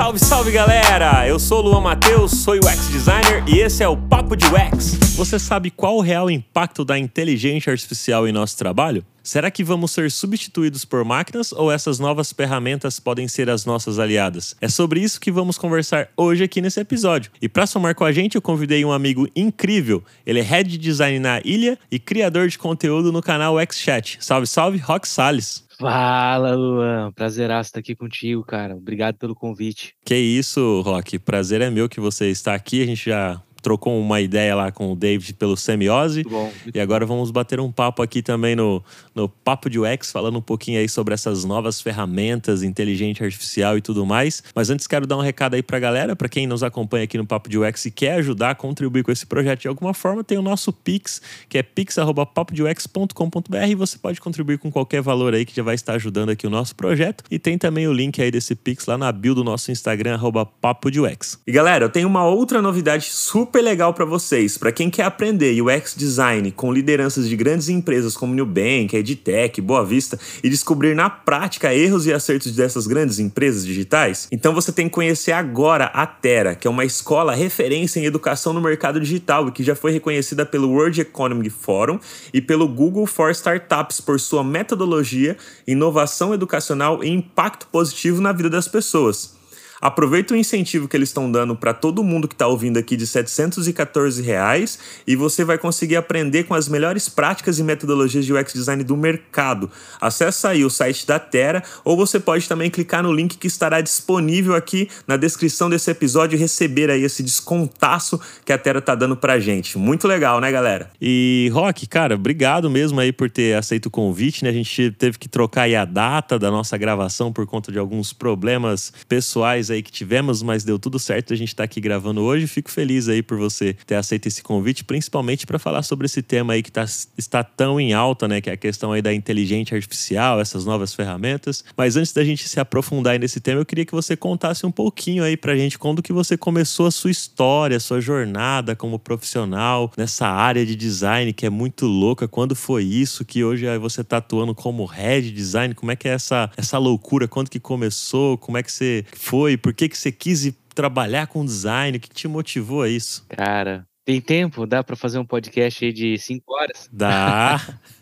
Salve, salve galera! Eu sou o Luan Matheus, sou UX Designer e esse é o Papo de UX. Você sabe qual o real impacto da inteligência artificial em nosso trabalho? Será que vamos ser substituídos por máquinas ou essas novas ferramentas podem ser as nossas aliadas? É sobre isso que vamos conversar hoje aqui nesse episódio. E para somar com a gente, eu convidei um amigo incrível. Ele é Head de Design na Ilha e criador de conteúdo no canal XChat. Salve, salve, Roque Salles. Fala, Luan. Prazeraço estar aqui contigo, cara. Obrigado pelo convite. Que isso, Roque. Prazer é meu que você está aqui. A gente já trocou uma ideia lá com o David pelo Semiose. Muito bom. E agora vamos bater um papo aqui também no Papo de UX, falando um pouquinho aí sobre essas novas ferramentas, inteligência artificial e tudo mais. Mas antes quero dar um recado aí pra galera, pra quem nos acompanha aqui no Papo de UX e quer ajudar a contribuir com esse projeto de alguma forma, tem o nosso Pix, que é pix@papodeux.com.br, e você pode contribuir com qualquer valor aí que já vai estar ajudando aqui o nosso projeto. E tem também o link aí desse Pix lá na bio do nosso Instagram, @papodeux. E galera, eu tenho uma outra novidade super legal para vocês. Para quem quer aprender UX Design com lideranças de grandes empresas como Nubank, EdTech, Boa Vista e descobrir na prática erros e acertos dessas grandes empresas digitais, então você tem que conhecer agora a Tera, que é uma escola referência em educação no mercado digital e que já foi reconhecida pelo World Economic Forum e pelo Google for Startups por sua metodologia, inovação educacional e impacto positivo na vida das pessoas. Aproveita o incentivo que eles estão dando para todo mundo que está ouvindo aqui de R$ 714 e você vai conseguir aprender com as melhores práticas e metodologias de UX Design do mercado. Acesse aí o site da Tera ou você pode também clicar no link que estará disponível aqui na descrição desse episódio e receber aí esse descontaço que a Tera tá dando pra gente. Muito legal, né, galera? E, Roque, cara, obrigado mesmo aí por ter aceito o convite, né? A gente teve que trocar aí a data da nossa gravação por conta de alguns problemas pessoais aí que tivemos, mas deu tudo certo, a gente tá aqui gravando hoje. Fico feliz aí por você ter aceito esse convite, principalmente para falar sobre esse tema aí que está tão em alta, né, que é a questão aí da inteligência artificial, essas novas ferramentas. Mas antes da gente se aprofundar aí nesse tema, eu queria que você contasse um pouquinho aí pra gente quando que você começou a sua história, a sua jornada como profissional nessa área de design que é muito louca. Quando foi isso que hoje você tá atuando como head design? Como é que é essa loucura? Quando que começou? Como é que você foi? Por que você quis ir trabalhar com design? O que te motivou a isso? Cara, tem tempo? Dá pra fazer um podcast aí de 5 horas? Dá.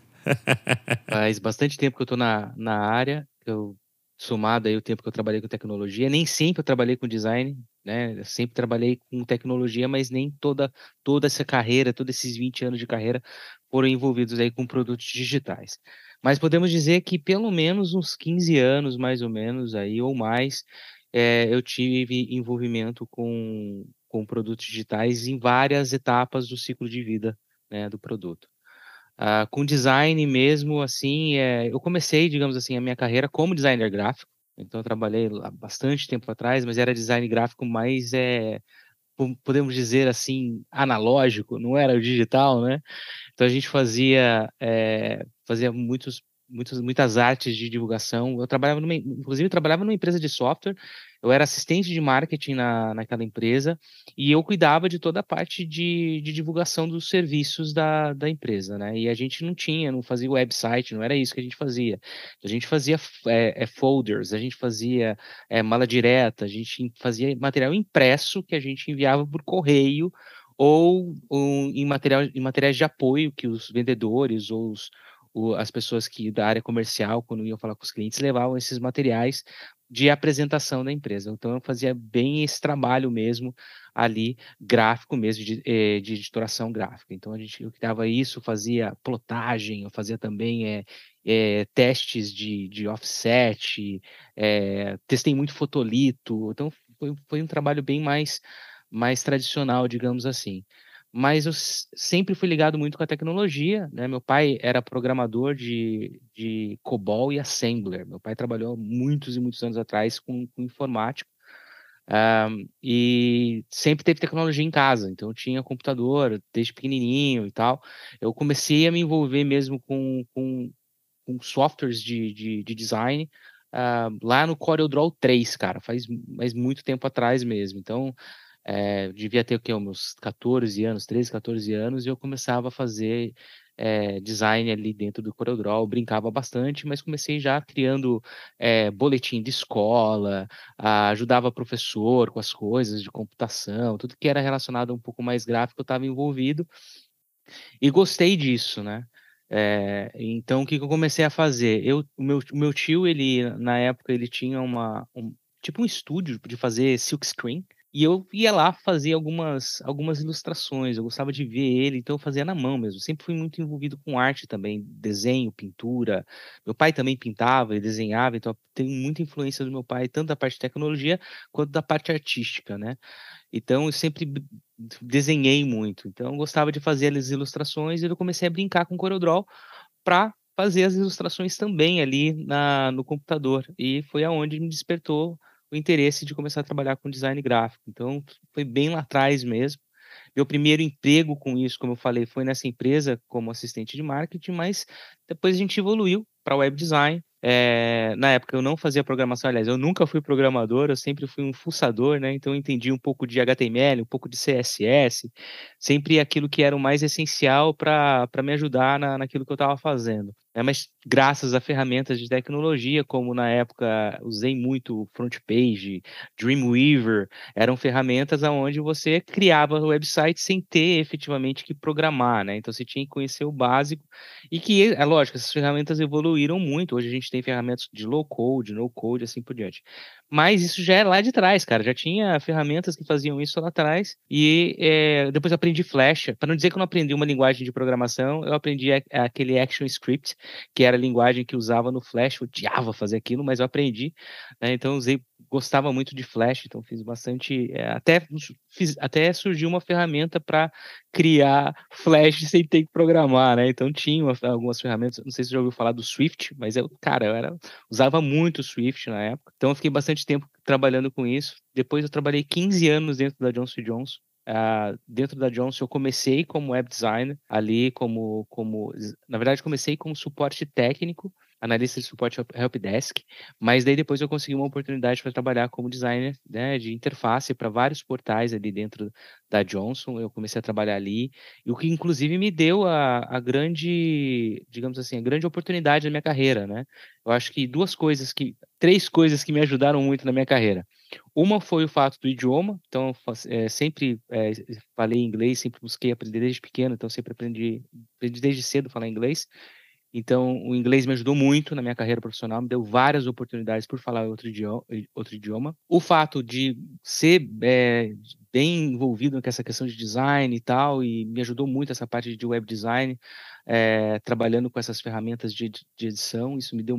Faz bastante tempo que eu tô na área. Somado aí o tempo que eu trabalhei com tecnologia. Nem sempre eu trabalhei com design, né? Eu sempre trabalhei com tecnologia, mas nem toda essa carreira, todos esses 20 anos de carreira foram envolvidos aí com produtos digitais. Mas podemos dizer que pelo menos uns 15 anos, mais ou menos, aí, ou mais, eu tive envolvimento com produtos digitais em várias etapas do ciclo de vida, né, do produto. Com design mesmo, assim, eu comecei, digamos assim, a minha carreira como designer gráfico. Então, eu trabalhei lá bastante tempo atrás, mas era design gráfico mais, podemos dizer assim, analógico, não era o digital, né? Então, a gente fazia muitas artes de divulgação. Inclusive, eu trabalhava numa empresa de software. Eu era assistente de marketing naquela empresa e eu cuidava de toda a parte de divulgação dos serviços da empresa, né? E a gente não fazia website, não era isso que a gente fazia. A gente fazia folders, a gente fazia mala direta, a gente fazia material impresso que a gente enviava por correio ou em materiais de apoio que os vendedores ou as pessoas da área comercial, quando iam falar com os clientes, levavam esses materiais de apresentação da empresa. Então, eu fazia bem esse trabalho mesmo ali, gráfico mesmo, de editoração gráfica. Então, eu criava isso, fazia plotagem, eu fazia também testes de offset, testei muito fotolito. Então, foi um trabalho bem mais tradicional, digamos assim. Mas eu sempre fui ligado muito com a tecnologia, né? Meu pai era programador de COBOL e Assembler. Meu pai trabalhou muitos e muitos anos atrás com informática. E sempre teve tecnologia em casa, então eu tinha computador desde pequenininho e tal. Eu comecei a me envolver mesmo com softwares de design lá no CorelDRAW 3, cara, faz muito tempo atrás mesmo. Então, devia ter o quê? Uns 14 anos, 13, 14 anos, e eu começava a fazer design ali dentro do CorelDRAW, brincava bastante, mas comecei já criando boletim de escola, ajudava professor com as coisas de computação, tudo que era relacionado a um pouco mais gráfico eu estava envolvido e gostei disso, né? Então, o que que eu comecei a fazer? O meu tio, ele, na época, ele tinha tipo um estúdio de fazer silkscreen, e eu ia lá fazer algumas ilustrações, eu gostava de ver ele, então eu fazia na mão mesmo. Sempre fui muito envolvido com arte também, desenho, pintura. Meu pai também pintava e desenhava, então tem muita influência do meu pai, tanto da parte de tecnologia quanto da parte artística, né? Então eu sempre desenhei muito. Então eu gostava de fazer as ilustrações e eu comecei a brincar com o CorelDRAW para fazer as ilustrações também ali no computador. E foi aonde me despertou o interesse de começar a trabalhar com design gráfico. Então foi bem lá atrás mesmo. Meu primeiro emprego com isso, como eu falei, foi nessa empresa como assistente de marketing, mas depois a gente evoluiu para web design. Na época eu não fazia programação, aliás, eu nunca fui programador, eu sempre fui um fuçador, né? Então eu entendi um pouco de HTML, um pouco de CSS, sempre aquilo que era o mais essencial para me ajudar naquilo que eu estava fazendo. Mas graças a ferramentas de tecnologia, como na época usei muito FrontPage, Dreamweaver, eram ferramentas onde você criava o website sem ter efetivamente que programar, né? Então você tinha que conhecer o básico e que, é lógico, essas ferramentas evoluíram muito. Hoje a gente tem ferramentas de low code, no code, assim por diante. Mas isso já é lá de trás, cara. Já tinha ferramentas que faziam isso lá atrás e depois eu aprendi Flash. Para não dizer que eu não aprendi uma linguagem de programação, eu aprendi aquele ActionScript, que era a linguagem que usava no Flash. Eu odiava fazer aquilo, mas eu aprendi, né? Então usei, gostava muito de Flash, então fiz bastante. Até surgiu uma ferramenta para criar Flash sem ter que programar, né? Então tinha algumas ferramentas. Não sei se você já ouviu falar do Swift, mas cara, usava muito o Swift na época. Então eu fiquei bastante tempo trabalhando com isso. Depois eu trabalhei 15 anos dentro da Johnson Johnson. Dentro da Johnson eu comecei como web designer, ali na verdade comecei como suporte técnico, analista de suporte helpdesk, mas daí depois eu consegui uma oportunidade para trabalhar como designer, né, de interface para vários portais ali dentro da Johnson. Eu comecei a trabalhar ali, e o que inclusive me deu a grande, digamos assim, a grande oportunidade da minha carreira, né? Eu acho que três coisas que me ajudaram muito na minha carreira. Uma foi o fato do idioma, então sempre falei inglês, sempre busquei aprender desde pequeno, então sempre aprendi desde cedo a falar inglês. Então, o inglês me ajudou muito na minha carreira profissional, me deu várias oportunidades por falar outro idioma. O fato de ser bem envolvido com essa questão de design e tal, e me ajudou muito essa parte de web design, trabalhando com essas ferramentas de edição, isso me deu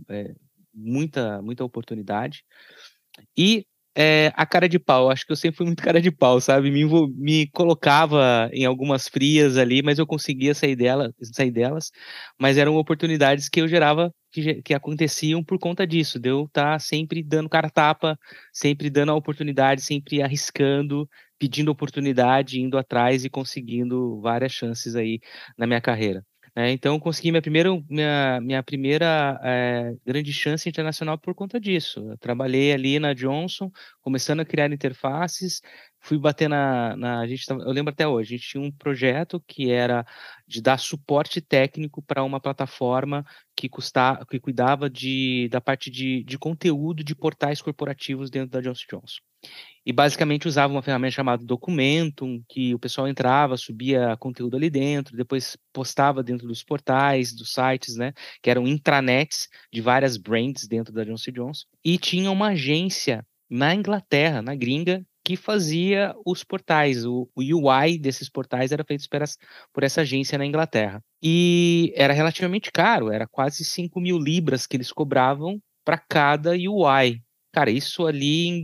muita oportunidade. E a cara de pau, acho que eu sempre fui muito cara de pau, sabe? Me colocava em algumas frias ali, mas eu conseguia sair delas, mas eram oportunidades que eu gerava, que aconteciam por conta disso, de eu estar sempre dando cara a tapa, sempre dando a oportunidade, sempre arriscando, pedindo oportunidade, indo atrás e conseguindo várias chances aí na minha carreira. Então, eu consegui minha primeira grande chance internacional por conta disso. Eu trabalhei ali na Johnson, começando a criar interfaces, fui bater eu lembro até hoje, a gente tinha um projeto que era de dar suporte técnico para uma plataforma que cuidava da parte de conteúdo de portais corporativos dentro da Johnson Johnson. E basicamente usava uma ferramenta chamada Documentum, que o pessoal entrava, subia conteúdo ali dentro, depois postava dentro dos portais, dos sites, né? Que eram intranets de várias brands dentro da Johnson Johnson. E tinha uma agência na Inglaterra, na gringa, que fazia os portais. O UI desses portais era feito por essa agência na Inglaterra. E era relativamente caro, era quase 5.000 libras que eles cobravam para cada UI. Cara, isso ali em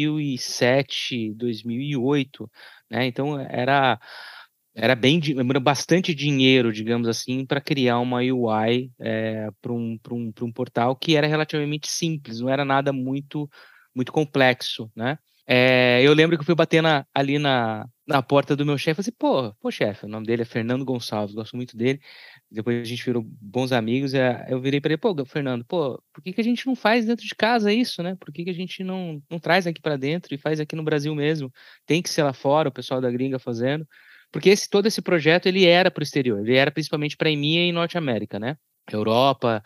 2007, 2008, né? Então era bastante dinheiro, digamos assim, para criar uma UI para um portal que era relativamente simples, não era nada muito complexo, né? Eu lembro que eu fui bater ali na porta do meu chefe e falei assim, pô, chefe, o nome dele é Fernando Gonçalves, gosto muito dele. Depois a gente virou bons amigos. Eu virei para ele, pô, Fernando, pô, por que que a gente não faz dentro de casa isso, né? Por que que a gente não traz aqui para dentro e faz aqui no Brasil mesmo? Tem que ser lá fora, o pessoal da gringa fazendo. Porque todo esse projeto ele era para o exterior, ele era principalmente para EMEA e Norte América, né? Europa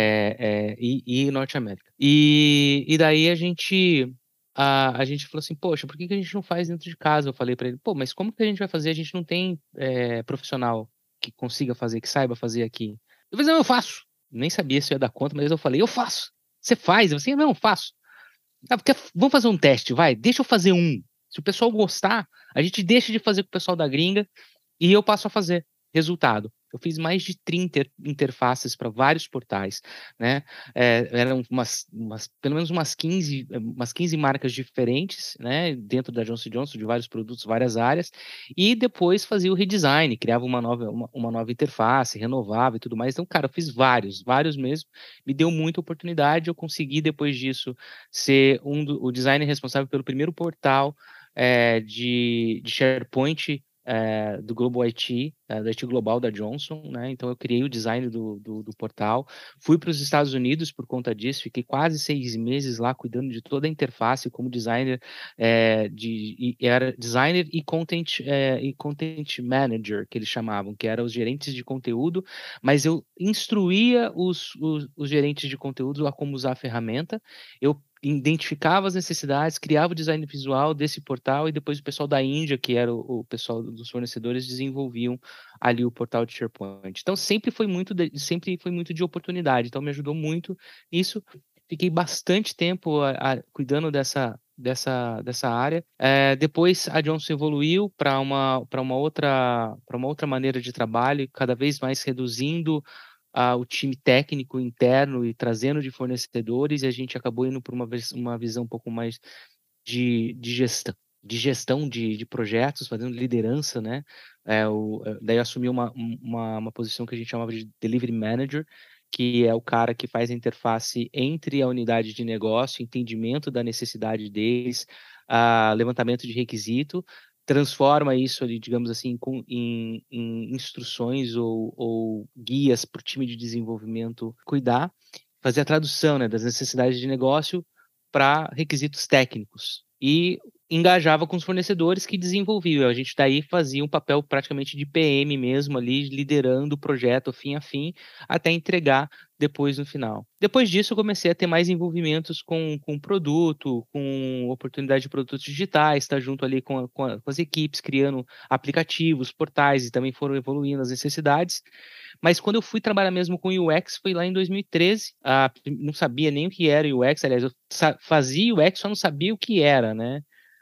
e Norte América. E daí a gente falou assim, poxa, por que a gente não faz dentro de casa? Eu falei para ele, pô, mas como que a gente vai fazer? A gente não tem profissional que consiga fazer, que saiba fazer aqui. Eu falei, não, eu faço. Nem sabia se eu ia dar conta, mas eu falei, eu faço. Você faz? Eu falei, não, eu faço. Ah, vamos fazer um teste, vai. Deixa eu fazer um. Se o pessoal gostar, a gente deixa de fazer com o pessoal da gringa e eu passo a fazer. Resultado, eu fiz mais de 30 interfaces para vários portais, né? Eram pelo menos umas 15 marcas diferentes, né? Dentro da Johnson Johnson, de vários produtos, várias áreas. E depois fazia o redesign, criava uma nova interface, renovava e tudo mais. Então, cara, eu fiz vários mesmo. Me deu muita oportunidade. Eu consegui, depois disso, ser o designer responsável pelo primeiro portal de SharePoint do Global IT, do IT Global da Johnson, né? Então eu criei o design do portal, fui para os Estados Unidos por conta disso, fiquei quase 6 meses lá cuidando de toda a interface como designer, era designer e content manager, que eles chamavam, que eram os gerentes de conteúdo, mas eu instruía os gerentes de conteúdo a como usar a ferramenta, eu identificava as necessidades, criava o design visual desse portal e depois o pessoal da Índia, que era o pessoal dos fornecedores, desenvolviam ali o portal de SharePoint. Então sempre foi muito de oportunidade, então me ajudou muito isso. Fiquei bastante tempo cuidando dessa área. Depois a Johnson evoluiu para uma outra maneira de trabalho, cada vez mais reduzindo o time técnico interno e trazendo de fornecedores, e a gente acabou indo para uma visão um pouco mais de gestão de projetos, fazendo liderança, né? Daí eu assumi uma posição que a gente chamava de Delivery Manager, que é o cara que faz a interface entre a unidade de negócio, entendimento da necessidade deles, levantamento de requisito, transforma isso ali, digamos assim, em instruções ou guias para o time de desenvolvimento cuidar, fazer a tradução, né, das necessidades de negócio para requisitos técnicos e engajava com os fornecedores que desenvolviam. A gente daí fazia um papel praticamente de PM mesmo ali, liderando o projeto fim a fim, até entregar depois no final. Depois disso, eu comecei a ter mais envolvimentos com produto, com oportunidade de produtos digitais, estar junto ali com as equipes, criando aplicativos, portais, e também foram evoluindo as necessidades. Mas quando eu fui trabalhar mesmo com UX, foi lá em 2013. Não sabia nem o que era UX, aliás, eu fazia UX, só não sabia o que era, né?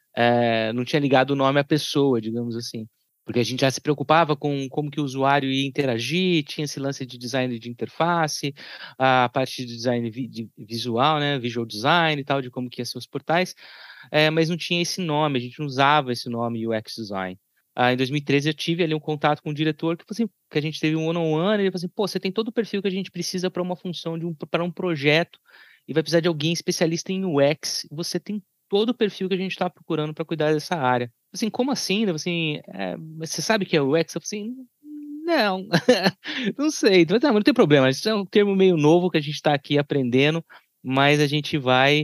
Não tinha ligado o nome à pessoa, digamos assim. Porque a gente já se preocupava com como que o usuário ia interagir, tinha esse lance de design de interface, a parte de design visual, né, visual design e tal, de como que ia ser os portais, mas não tinha esse nome, a gente não usava esse nome UX design. Em 2013 eu tive ali um contato com o diretor que, assim, que a gente teve um one-on-one, e ele falou assim, pô, você tem todo o perfil que a gente precisa para uma função, para um projeto, e vai precisar de alguém especialista em UX, você tem todo o perfil que a gente está procurando para cuidar dessa área. Assim, como assim? Assim, você sabe o que é UX? Eu falei assim, não, não sei. Então, não tem problema, isso é um termo meio novo que a gente está aqui aprendendo, mas a gente vai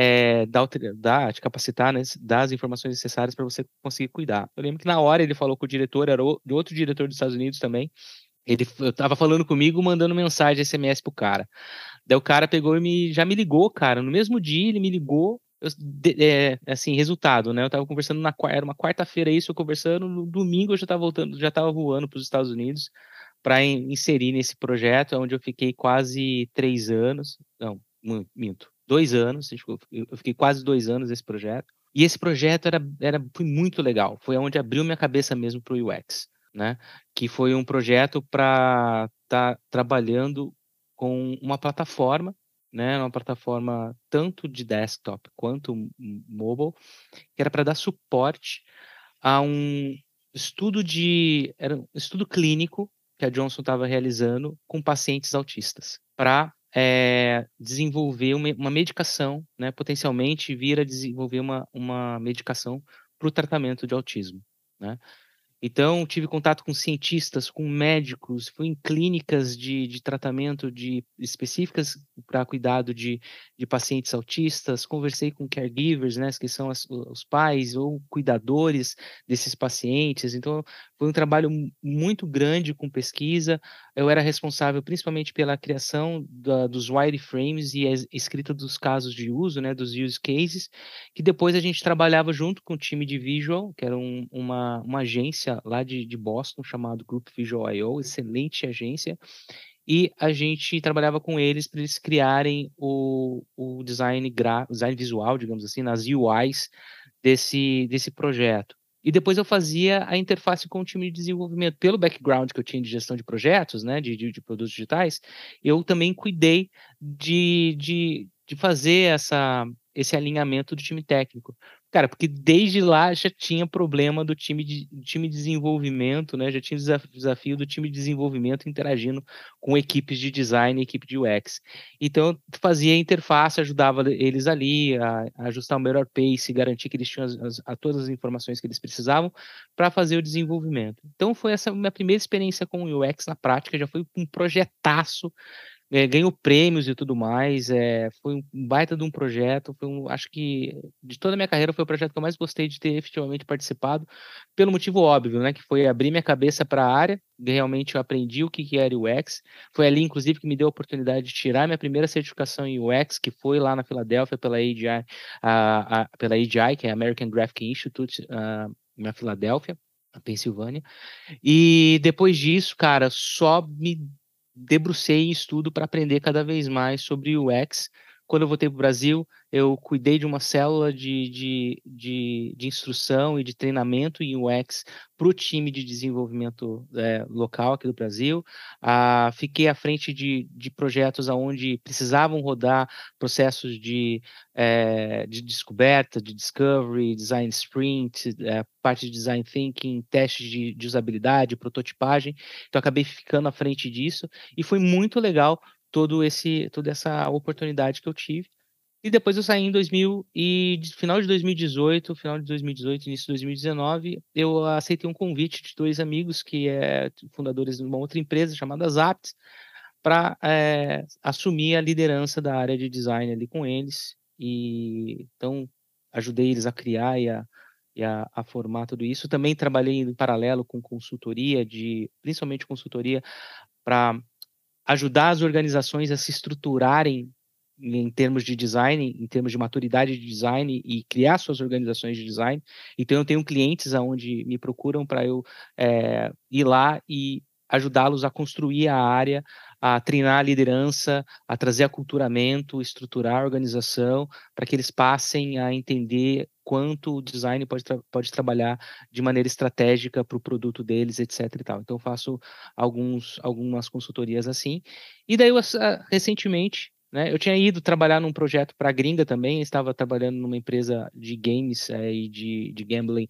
te capacitar, né, dar as informações necessárias para você conseguir cuidar. Eu lembro que na hora ele falou com o diretor, era de outro diretor dos Estados Unidos também, eu tava falando comigo, mandando mensagem SMS pro cara. Daí o cara pegou e já me ligou, cara. No mesmo dia ele me ligou. Assim, resultado, né? Eu tava conversando era uma quarta-feira isso, eu conversando, no domingo eu já tava voltando, já tava voando para os Estados Unidos para inserir nesse projeto, onde eu fiquei quase 3 anos. Não, minto. 2 anos, eu fiquei quase 2 anos nesse projeto. E esse projeto foi muito legal. Foi onde abriu minha cabeça mesmo para o UX, né? Que foi um projeto para estar trabalhando com uma plataforma, né? Uma plataforma tanto de desktop quanto mobile, que era para dar suporte a era um estudo clínico que a Johnson estava realizando com pacientes autistas para desenvolver uma medicação, né? Potencialmente vir a desenvolver uma medicação para o tratamento de autismo, né? Então, tive contato com cientistas, com médicos, fui em clínicas de tratamento específicas para cuidado de pacientes autistas, conversei com caregivers, né, que são os pais ou cuidadores desses pacientes. Então, Foi um trabalho muito grande com pesquisa. Eu era responsável principalmente pela criação dos wireframes e a escrita dos casos de uso, né, dos use cases, que depois a gente trabalhava junto com o time de Visual, que era uma agência lá de Boston, chamado Group Visual I/O, excelente agência, e a gente trabalhava com eles para eles criarem o design visual, digamos assim, nas UIs desse projeto. E depois eu fazia a interface com o time de desenvolvimento. Pelo background que eu tinha de gestão de projetos, né, de produtos digitais, eu também cuidei de fazer esse alinhamento do time técnico. Cara, porque desde lá já tinha problema do time de desenvolvimento, né? Já tinha desafio do time de desenvolvimento interagindo com equipes de design e equipe de UX. Então, eu fazia a interface, ajudava eles ali a ajustar o melhor pace, garantir que eles tinham todas as informações que eles precisavam para fazer o desenvolvimento. Então, foi essa minha primeira experiência com o UX na prática, já foi um projetaço, ganhou prêmios e tudo mais, foi um baita de um projeto, acho que de toda a minha carreira foi o projeto que eu mais gostei de ter efetivamente participado, pelo motivo óbvio, né, que foi abrir minha cabeça para a área, realmente eu aprendi o que era UX, foi ali inclusive que me deu a oportunidade de tirar minha primeira certificação em UX, que foi lá na Filadélfia pela AGI, pela AGI, que é a American Graphic Institute, na Filadélfia, na Pensilvânia, e depois disso, cara, só me debrucei em estudo para aprender cada vez mais sobre UX. Quando eu voltei para o Brasil, eu cuidei de uma célula de instrução e de treinamento em UX para o time de desenvolvimento local aqui do Brasil. Fiquei à frente de projetos onde precisavam rodar processos de descoberta, de discovery, design sprint, parte de design thinking, testes de usabilidade, prototipagem. Então, acabei ficando à frente disso e foi muito legal toda essa oportunidade que eu tive. E depois eu saí em final de 2018, início de 2019, eu aceitei um convite de dois amigos que fundadores de uma outra empresa chamada Zapt, para assumir a liderança da área de design ali com eles. E então ajudei eles a criar e a formar tudo isso. Também trabalhei em paralelo com consultoria, principalmente consultoria para ajudar as organizações a se estruturarem em termos de design, em termos de maturidade de design e criar suas organizações de design. Então, eu tenho clientes onde me procuram para eu ir lá e ajudá-los a construir a área, a treinar a liderança, a trazer aculturamento, estruturar a organização, para que eles passem a entender quanto o design pode trabalhar de maneira estratégica para o produto deles, etc. e tal. Então, eu faço algumas consultorias assim. E daí, recentemente, né, eu tinha ido trabalhar num projeto para a gringa também, estava trabalhando numa empresa de games e de gambling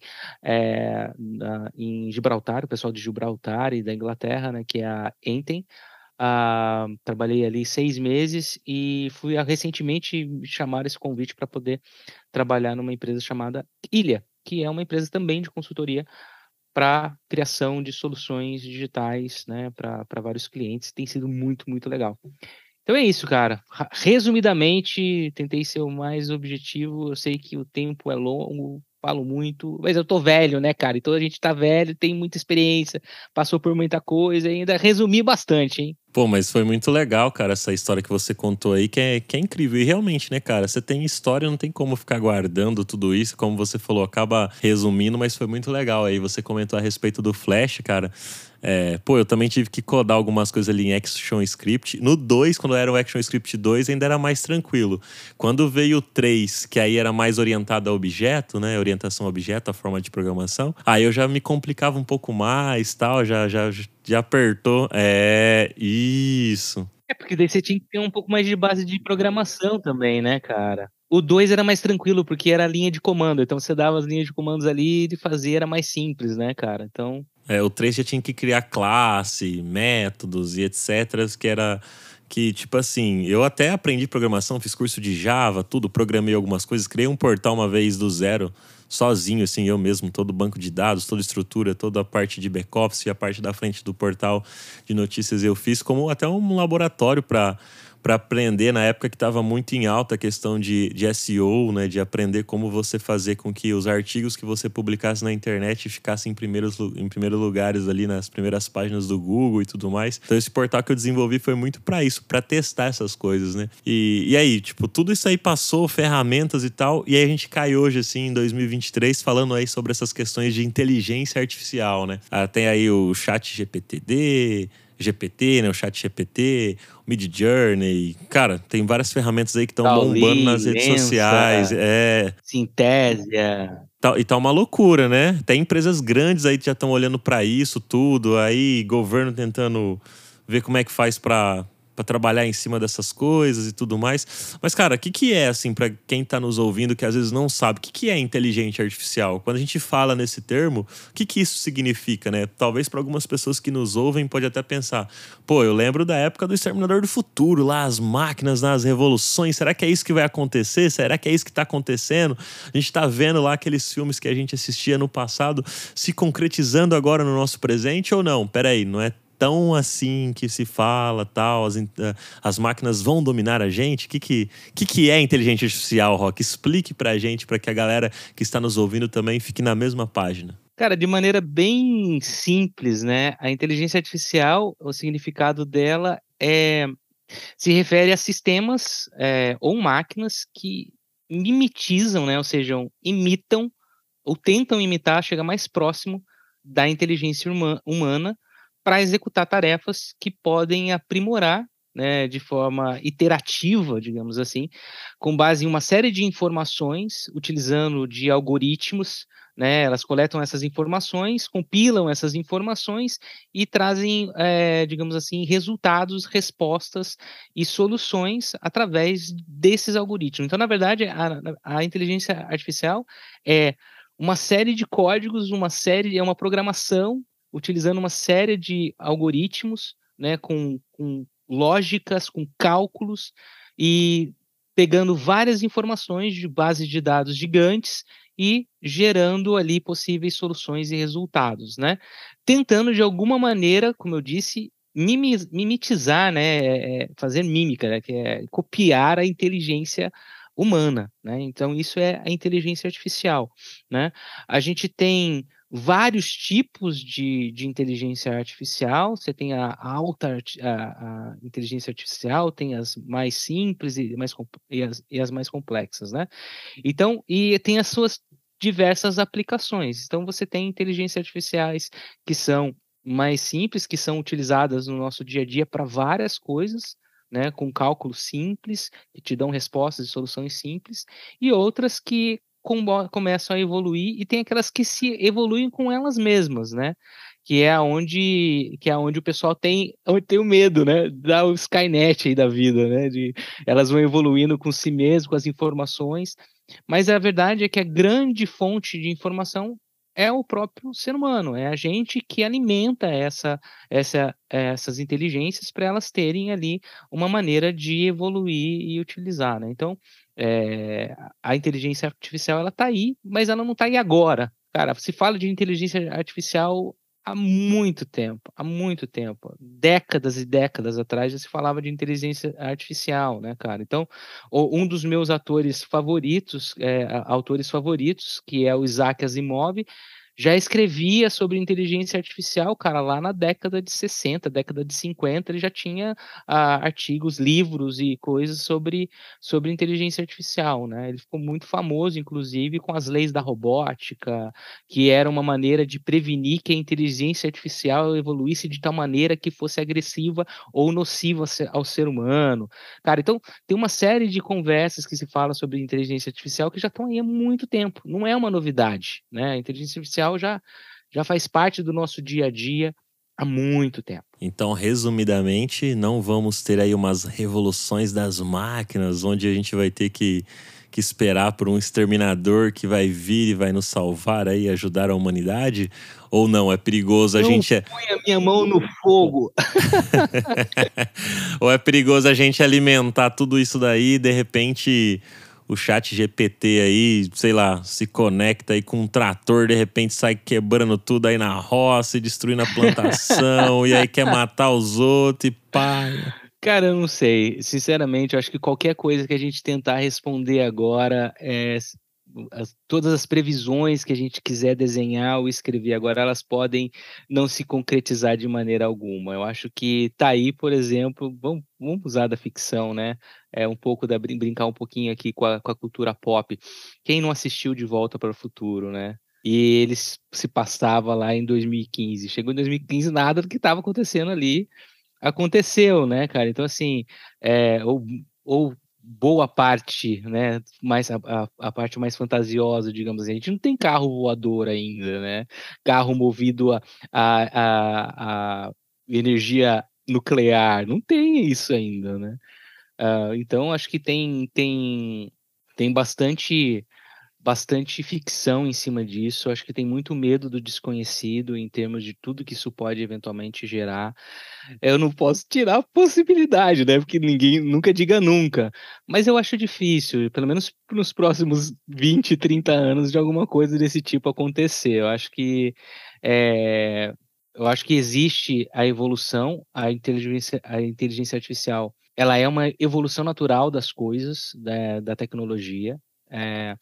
em Gibraltar, o pessoal de Gibraltar e da Inglaterra, né, que é a Enten. Trabalhei ali 6 meses e recentemente me chamaram esse convite para poder trabalhar numa empresa chamada Ilha, que é uma empresa também de consultoria para criação de soluções digitais, né, para vários clientes. Tem sido muito, muito legal. Então é isso, cara. Resumidamente, tentei ser o mais objetivo. Eu sei que o tempo é longo, falo muito, mas eu tô velho, né, cara? Então a gente tá velho, tem muita experiência, passou por muita coisa, e ainda resumi bastante, hein? Pô, mas foi muito legal, cara, essa história que você contou aí, que é incrível. E realmente, né, cara, você tem história, não tem como ficar guardando tudo isso. Como você falou, acaba resumindo, mas foi muito legal. Aí você comentou a respeito do Flash, cara. Pô, eu também tive que codar algumas coisas ali em ActionScript. No 2, quando era o ActionScript 2, ainda era mais tranquilo. Quando veio o 3, que aí era mais orientado a objeto, né? Orientação a objeto, a forma de programação. Aí eu já me complicava um pouco mais, tal, já apertou. Isso. Porque daí você tinha que ter um pouco mais de base de programação também, né, cara? O 2 era mais tranquilo, porque era linha de comando. Então você dava as linhas de comandos ali e de fazer era mais simples, né, cara? Então. O 3 já tinha que criar classe, métodos e etc. Que, tipo assim, eu até aprendi programação, fiz curso de Java, tudo, programei algumas coisas, criei um portal uma vez do zero, sozinho, assim, eu mesmo, todo o banco de dados, toda a estrutura, toda a parte de back-office e a parte da frente do portal de notícias eu fiz como até um laboratório para para aprender na época que estava muito em alta a questão de SEO, né? De aprender como você fazer com que os artigos que você publicasse na internet ficassem em primeiros lugares ali nas primeiras páginas do Google e tudo mais. Então esse portal que eu desenvolvi foi muito para isso, para testar essas coisas, né? E aí, tipo, tudo isso aí passou, ferramentas e tal, e aí a gente cai hoje, assim, em 2023, falando aí sobre essas questões de inteligência artificial, né? Tem aí o GPT, né, o ChatGPT, o Midjourney. Cara, tem várias ferramentas aí que estão bombando nas redes sociais. Synthesia. E tá uma loucura, né? Tem empresas grandes aí que já estão olhando para isso tudo, aí governo tentando ver como é que faz para trabalhar em cima dessas coisas e tudo mais. Mas, cara, o que é, assim, para quem tá nos ouvindo que às vezes não sabe, o que é inteligência artificial? Quando a gente fala nesse termo, o que isso significa, né? Talvez para algumas pessoas que nos ouvem pode até pensar, pô, eu lembro da época do Exterminador do Futuro, lá as máquinas nas revoluções, será que é isso que vai acontecer? Será que é isso que tá acontecendo? A gente tá vendo lá aqueles filmes que a gente assistia no passado se concretizando agora no nosso presente ou não? Peraí, não é tão assim que se fala, tal, as máquinas vão dominar a gente? O que é inteligência artificial, Rock? Explique pra gente, pra que a galera que está nos ouvindo também fique na mesma página. Cara, de maneira bem simples, né? A inteligência artificial, o significado dela se refere a sistemas ou máquinas que mimetizam, né? Ou seja, imitam ou tentam imitar, chega mais próximo da inteligência humana para executar tarefas que podem aprimorar, né, de forma iterativa, digamos assim, com base em uma série de informações, utilizando de algoritmos, né, elas coletam essas informações, compilam essas informações e trazem, digamos assim, resultados, respostas e soluções através desses algoritmos. Então, na verdade, a inteligência artificial é uma série de códigos, é uma programação utilizando uma série de algoritmos, né, com lógicas, com cálculos e pegando várias informações de bases de dados gigantes e gerando ali possíveis soluções e resultados, né? Tentando de alguma maneira, como eu disse, mimetizar, né, fazer mímica, né, que é copiar a inteligência humana, né? Então isso é a inteligência artificial, né? A gente tem vários tipos de inteligência artificial. Você tem a inteligência artificial, tem as mais simples e as mais complexas, né? Então, e tem as suas diversas aplicações. Então, você tem inteligências artificiais que são mais simples, que são utilizadas no nosso dia a dia para várias coisas, né, com cálculos simples, que te dão respostas e soluções simples, e outras que começam a evoluir, e tem aquelas que se evoluem com elas mesmas, né? Que é onde o pessoal tem o medo, né? Da Skynet aí da vida, né? Elas vão evoluindo com si mesmas, com as informações, mas a verdade é que a grande fonte de informação é o próprio ser humano, é a gente que alimenta essas inteligências para elas terem ali uma maneira de evoluir e utilizar, né? Então, a inteligência artificial ela está aí, mas ela não está aí agora. Cara, se fala de inteligência artificial há muito tempo, décadas e décadas atrás já se falava de inteligência artificial, né, cara? Então, um dos meus autores favoritos, que é o Isaac Asimov, já escrevia sobre inteligência artificial, cara, lá na década de 60, década de 50, ele já tinha artigos, livros e coisas sobre inteligência artificial, né? Ele ficou muito famoso, inclusive, com as leis da robótica, que era uma maneira de prevenir que a inteligência artificial evoluísse de tal maneira que fosse agressiva ou nociva ao ser humano. Cara, então tem uma série de conversas que se fala sobre inteligência artificial que já estão aí há muito tempo, não é uma novidade, né? A inteligência artificial já faz parte do nosso dia a dia há muito tempo. Então, resumidamente, não vamos ter aí umas revoluções das máquinas, onde a gente vai ter que esperar por um exterminador que vai vir e vai nos salvar aí, ajudar a humanidade? Ou não, é perigoso a gente... Põe a minha mão no fogo! Ou é perigoso a gente alimentar tudo isso daí e, de repente, o ChatGPT aí, sei lá, se conecta aí com um trator, de repente sai quebrando tudo aí na roça e destruindo a plantação, e aí quer matar os outros e pá... Cara, eu não sei. Sinceramente, eu acho que qualquer coisa que a gente tentar responder agora, todas as previsões que a gente quiser desenhar ou escrever agora, elas podem não se concretizar de maneira alguma. Eu acho que tá aí, por exemplo, vamos usar da ficção, né? Um pouco brincar um pouquinho aqui com a cultura pop. Quem não assistiu De Volta para o Futuro, né? E ele se passava lá em 2015. Chegou em 2015, nada do que estava acontecendo ali aconteceu, né, cara? Então, assim, ou boa parte, né, mais a parte mais fantasiosa, digamos assim, a gente não tem carro voador ainda, né? Carro movido a energia nuclear, não tem isso ainda, né? Então, acho que tem bastante ficção em cima disso. Acho que tem muito medo do desconhecido em termos de tudo que isso pode eventualmente gerar. Eu não posso tirar a possibilidade, né? Porque ninguém nunca diga nunca. Mas eu acho difícil, pelo menos nos próximos 20, 30 anos, de alguma coisa desse tipo acontecer. É, eu acho que existe a evolução, a inteligência artificial. Ela é uma evolução natural das coisas, da tecnologia. É,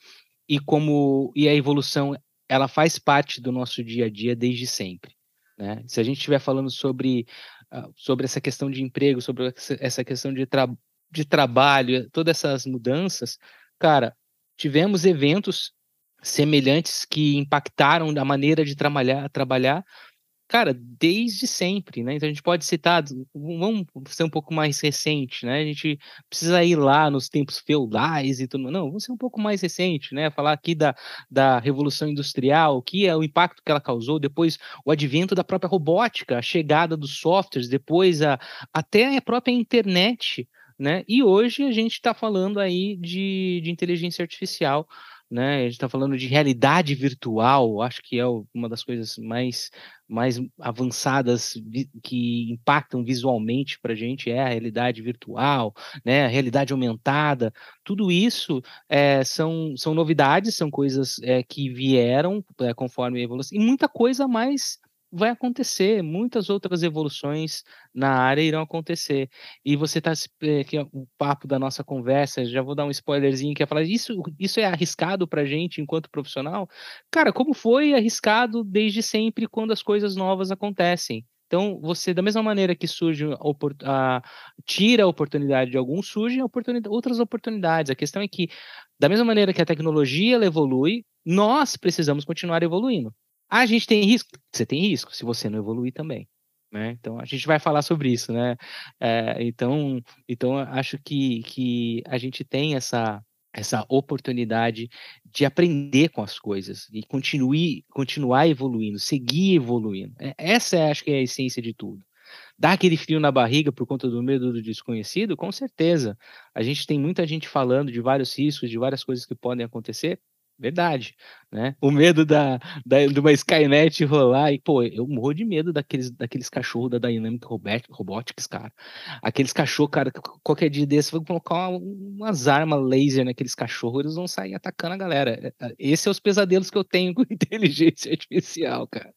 e a evolução, ela faz parte do nosso dia a dia desde sempre, né? Se a gente estiver falando sobre essa questão de emprego, sobre essa questão de trabalho, todas essas mudanças, cara, tivemos eventos semelhantes que impactaram a maneira de trabalhar, cara, desde sempre, né? Então a gente pode citar, vamos ser um pouco mais recente, né? A gente precisa ir lá nos tempos feudais e tudo. Não, vamos ser um pouco mais recente, né? Falar aqui da Revolução Industrial, o que é o impacto que ela causou, depois o advento da própria robótica, a chegada dos softwares, depois até a própria internet, né? E hoje a gente está falando aí de inteligência artificial, né? A gente está falando de realidade virtual, acho que é uma das coisas mais avançadas que impactam visualmente para a gente é a realidade virtual, né? A realidade aumentada. Tudo isso são novidades, são coisas que vieram conforme a evolução, e muita coisa mais vai acontecer, muitas outras evoluções na área irão acontecer. E você está que é o papo da nossa conversa, já vou dar um spoilerzinho que é falar isso é arriscado para a gente enquanto profissional? Cara, como foi arriscado desde sempre quando as coisas novas acontecem. Então, você, da mesma maneira que tira a oportunidade de alguns, surgem outras oportunidades. A questão é que, da mesma maneira que a tecnologia ela evolui, nós precisamos continuar evoluindo. A gente tem risco? Você tem risco, se você não evoluir também. Né? Então, a gente vai falar sobre isso, né? Então acho que a gente tem essa oportunidade de aprender com as coisas e continuar evoluindo, seguir evoluindo. Essa acho que é a essência de tudo. Dá aquele frio na barriga por conta do medo do desconhecido? Com certeza. A gente tem muita gente falando de vários riscos, de várias coisas que podem acontecer. Verdade, né? O medo de uma Skynet rolar e, pô, eu morro de medo daqueles cachorros da Dynamic Robotics, cara. Aqueles cachorros, cara, qualquer dia desse vão colocar umas armas laser naqueles cachorros, eles vão sair atacando a galera. Esses são os pesadelos que eu tenho com inteligência artificial, cara.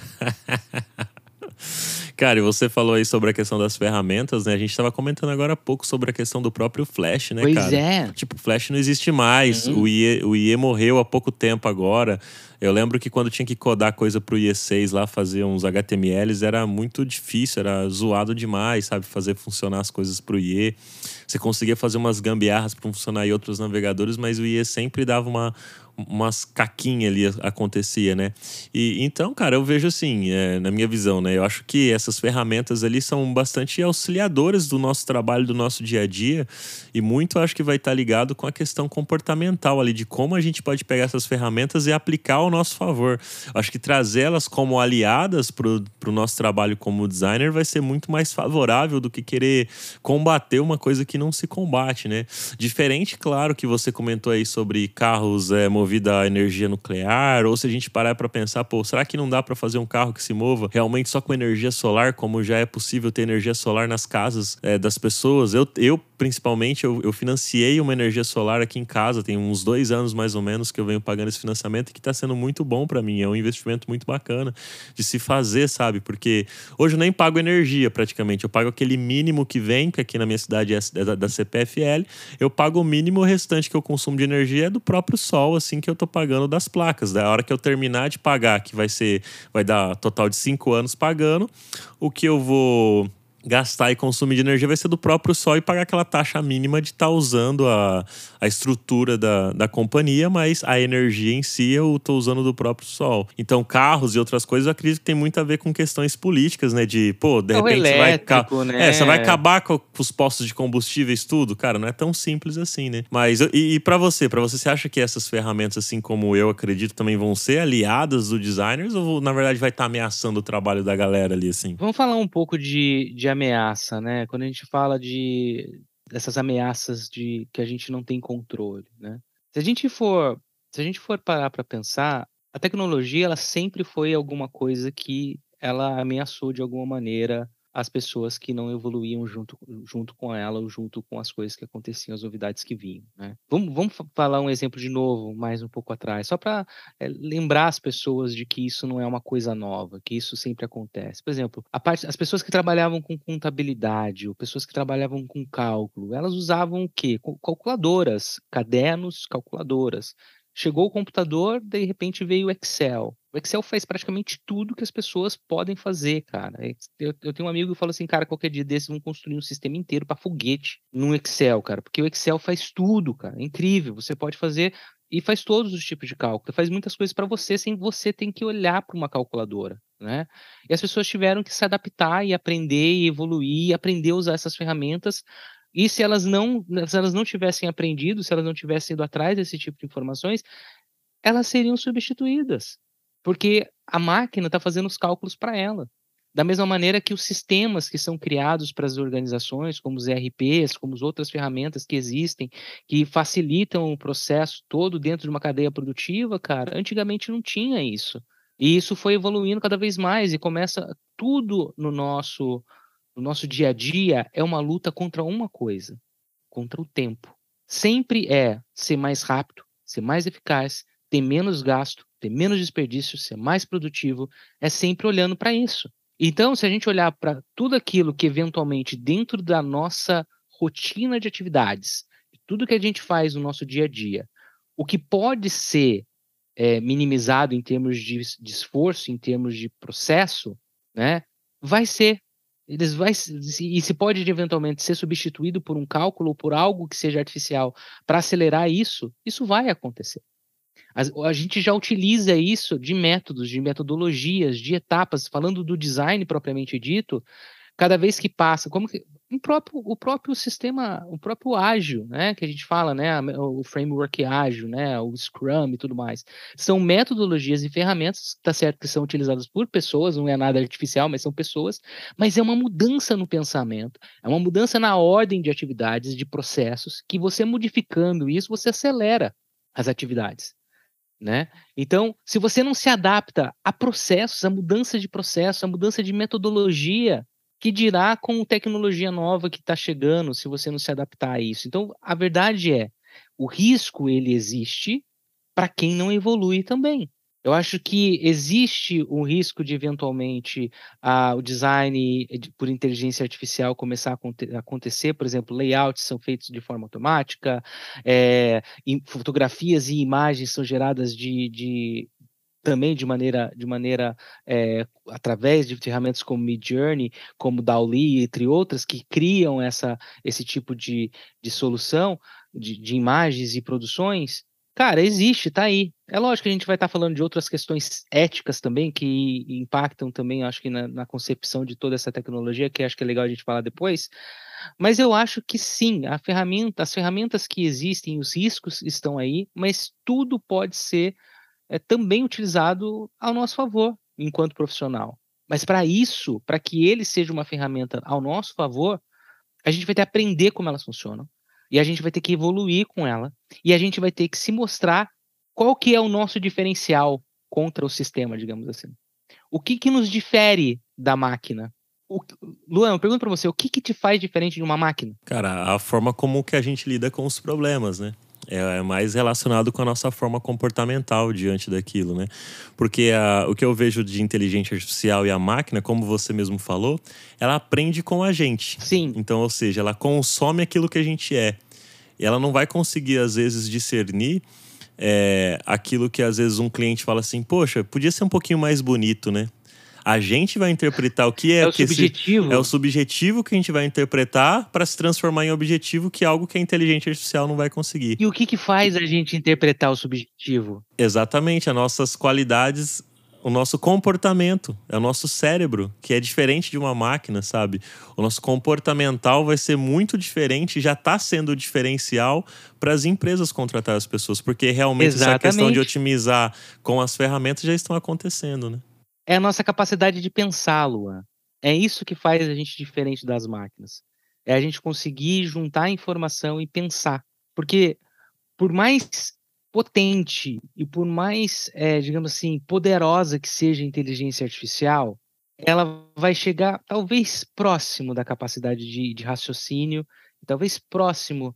Cara, e você falou aí sobre a questão das ferramentas, né? A gente estava comentando agora há pouco sobre a questão do próprio Flash, né, pois cara? Pois é. Tipo, o Flash não existe mais. O IE morreu há pouco tempo agora. Eu lembro que quando tinha que codar coisa pro IE6 lá, fazer uns HTMLs, era muito difícil, era zoado demais, sabe? Fazer funcionar as coisas pro IE. Você conseguia fazer umas gambiarras para funcionar em outros navegadores, mas o IE sempre dava umas caquinhas ali, acontecia, né? E então, cara, eu vejo assim, na minha visão, né? Eu acho que essas ferramentas ali são bastante auxiliadoras do nosso trabalho, do nosso dia a dia, e muito acho que vai estar ligado com a questão comportamental ali, de como a gente pode pegar essas ferramentas e aplicar ao nosso favor. Eu acho que trazê-las como aliadas pro nosso trabalho como designer vai ser muito mais favorável do que querer combater uma coisa que não se combate, né? Diferente, claro, que você comentou aí sobre carros movidos movida a energia nuclear, ou se a gente parar para pensar, pô, será que não dá para fazer um carro que se mova realmente só com energia solar, como já é possível ter energia solar nas casas das pessoas? Eu principalmente, eu financiei uma energia solar aqui em casa, tem uns 2 anos mais ou menos que eu venho pagando esse financiamento e que está sendo muito bom para mim, é um investimento muito bacana de se fazer, sabe? Porque hoje eu nem pago energia praticamente, eu pago aquele mínimo que vem, que aqui na minha cidade é da CPFL, eu pago o mínimo, o restante que eu consumo de energia é do próprio sol, assim, que eu tô pagando das placas. Da hora que eu terminar de pagar, que vai dar total de 5 anos pagando, o que eu vou gastar e consumir de energia vai ser do próprio sol e pagar aquela taxa mínima de estar usando a estrutura da companhia, mas a energia em si eu estou usando do próprio sol. Então, carros e outras coisas eu acredito que tem muito a ver com questões políticas, né? De, pô, de Carro repente elétrico, você vai né? acabar com os postos de combustíveis, tudo? Cara, não é tão simples assim, né? Mas, e para você acha que essas ferramentas, assim como eu acredito, também vão ser aliadas dos designers ou, na verdade, vai estar ameaçando o trabalho da galera ali, assim? Vamos falar um pouco de ameaça, né? Quando a gente fala dessas ameaças que a gente não tem controle, né? Se a gente for, se a gente for parar para pensar, a tecnologia ela sempre foi alguma coisa que ela ameaçou de alguma maneira as pessoas que não evoluíam junto com ela ou junto com as coisas que aconteciam, as novidades que vinham, né? Vamos falar um exemplo de novo, mais um pouco atrás, só para lembrar as pessoas de que isso não é uma coisa nova, que isso sempre acontece. Por exemplo, as pessoas que trabalhavam com contabilidade, ou pessoas que trabalhavam com cálculo, elas usavam o quê? Calculadoras, cadernos, calculadoras. Chegou o computador, de repente veio o Excel. O Excel faz praticamente tudo que as pessoas podem fazer, cara. Eu tenho um amigo que fala assim, cara, qualquer dia desses vão construir um sistema inteiro para foguete no Excel, cara, porque o Excel faz tudo, cara. É incrível. Você pode fazer e faz todos os tipos de cálculo, faz muitas coisas para você sem você ter que olhar para uma calculadora, né? E as pessoas tiveram que se adaptar e aprender e evoluir, e aprender a usar essas ferramentas. E se elas não tivessem aprendido, se elas não tivessem ido atrás desse tipo de informações, elas seriam substituídas, porque a máquina está fazendo os cálculos para ela. Da mesma maneira que os sistemas que são criados para as organizações, como os ERPs, como as outras ferramentas que existem, que facilitam o processo todo dentro de uma cadeia produtiva, cara, antigamente não tinha isso. E isso foi evoluindo cada vez mais e começa tudo no nosso dia a dia é uma luta contra uma coisa, contra o tempo. Sempre é ser mais rápido, ser mais eficaz, ter menos gasto, ter menos desperdício, ser mais produtivo, é sempre olhando para isso. Então, se a gente olhar para tudo aquilo que eventualmente dentro da nossa rotina de atividades, tudo que a gente faz no nosso dia a dia, o que pode ser minimizado em termos de esforço, em termos de processo, né, vai ser. E se pode eventualmente ser substituído por um cálculo ou por algo que seja artificial para acelerar isso vai acontecer. A gente já utiliza isso de métodos, de metodologias, de etapas, falando do design propriamente dito, cada vez que passa, como que o próprio sistema, o próprio ágil, né, que a gente fala, né, o framework ágil, né, o Scrum e tudo mais, são metodologias e ferramentas, tá certo que são utilizadas por pessoas, não é nada artificial, mas são pessoas, mas é uma mudança no pensamento, é uma mudança na ordem de atividades, de processos, que você modificando isso, você acelera as atividades. Né? Então, se você não se adapta a processos, a mudança de processo, a mudança de metodologia, que dirá com tecnologia nova que está chegando, se você não se adaptar a isso. Então, a verdade é, o risco ele existe para quem não evolui também. Eu acho que existe um risco de eventualmente o design por inteligência artificial começar a acontecer, por exemplo, layouts são feitos de forma automática, fotografias e imagens são geradas também de maneira através de ferramentas como Midjourney, como DALL-E, entre outras, que criam esse tipo de solução de imagens e produções. Cara, existe, tá aí. É lógico que a gente vai estar falando de outras questões éticas também, que impactam também, acho que na concepção de toda essa tecnologia, que acho que é legal a gente falar depois. Mas eu acho que sim, as ferramentas que existem, os riscos estão aí, mas tudo pode ser também utilizado ao nosso favor, enquanto profissional. Mas para isso, para que ele seja uma ferramenta ao nosso favor, a gente vai ter que aprender como elas funcionam, e a gente vai ter que evoluir com ela, e a gente vai ter que se mostrar qual que é o nosso diferencial contra o sistema, digamos assim? O que nos difere da máquina? Luan, eu pergunto para você, o que te faz diferente de uma máquina? Cara, a forma como que a gente lida com os problemas, né? É mais relacionado com a nossa forma comportamental diante daquilo, né? Porque o que eu vejo de inteligência artificial e a máquina, como você mesmo falou, ela aprende com a gente. Sim. Então, ou seja, ela consome aquilo que a gente é. E ela não vai conseguir, às vezes, discernir aquilo que, às vezes, um cliente fala assim, poxa, podia ser um pouquinho mais bonito, né? A gente vai interpretar o que é o subjetivo. É o subjetivo que a gente vai interpretar para se transformar em objetivo, que é algo que a inteligência artificial não vai conseguir. E o que faz a gente interpretar o subjetivo? Exatamente, as nossas qualidades, o nosso comportamento, é o nosso cérebro, que é diferente de uma máquina, sabe? O nosso comportamental vai ser muito diferente, já está sendo diferencial para as empresas contratar as pessoas, porque realmente essa questão de otimizar com as ferramentas já estão acontecendo, né? É a nossa capacidade de pensar, Luan. É isso que faz a gente diferente das máquinas. É a gente conseguir juntar informação e pensar. Porque por mais potente e por mais, digamos assim, poderosa que seja a inteligência artificial, ela vai chegar talvez próximo da capacidade de raciocínio, talvez próximo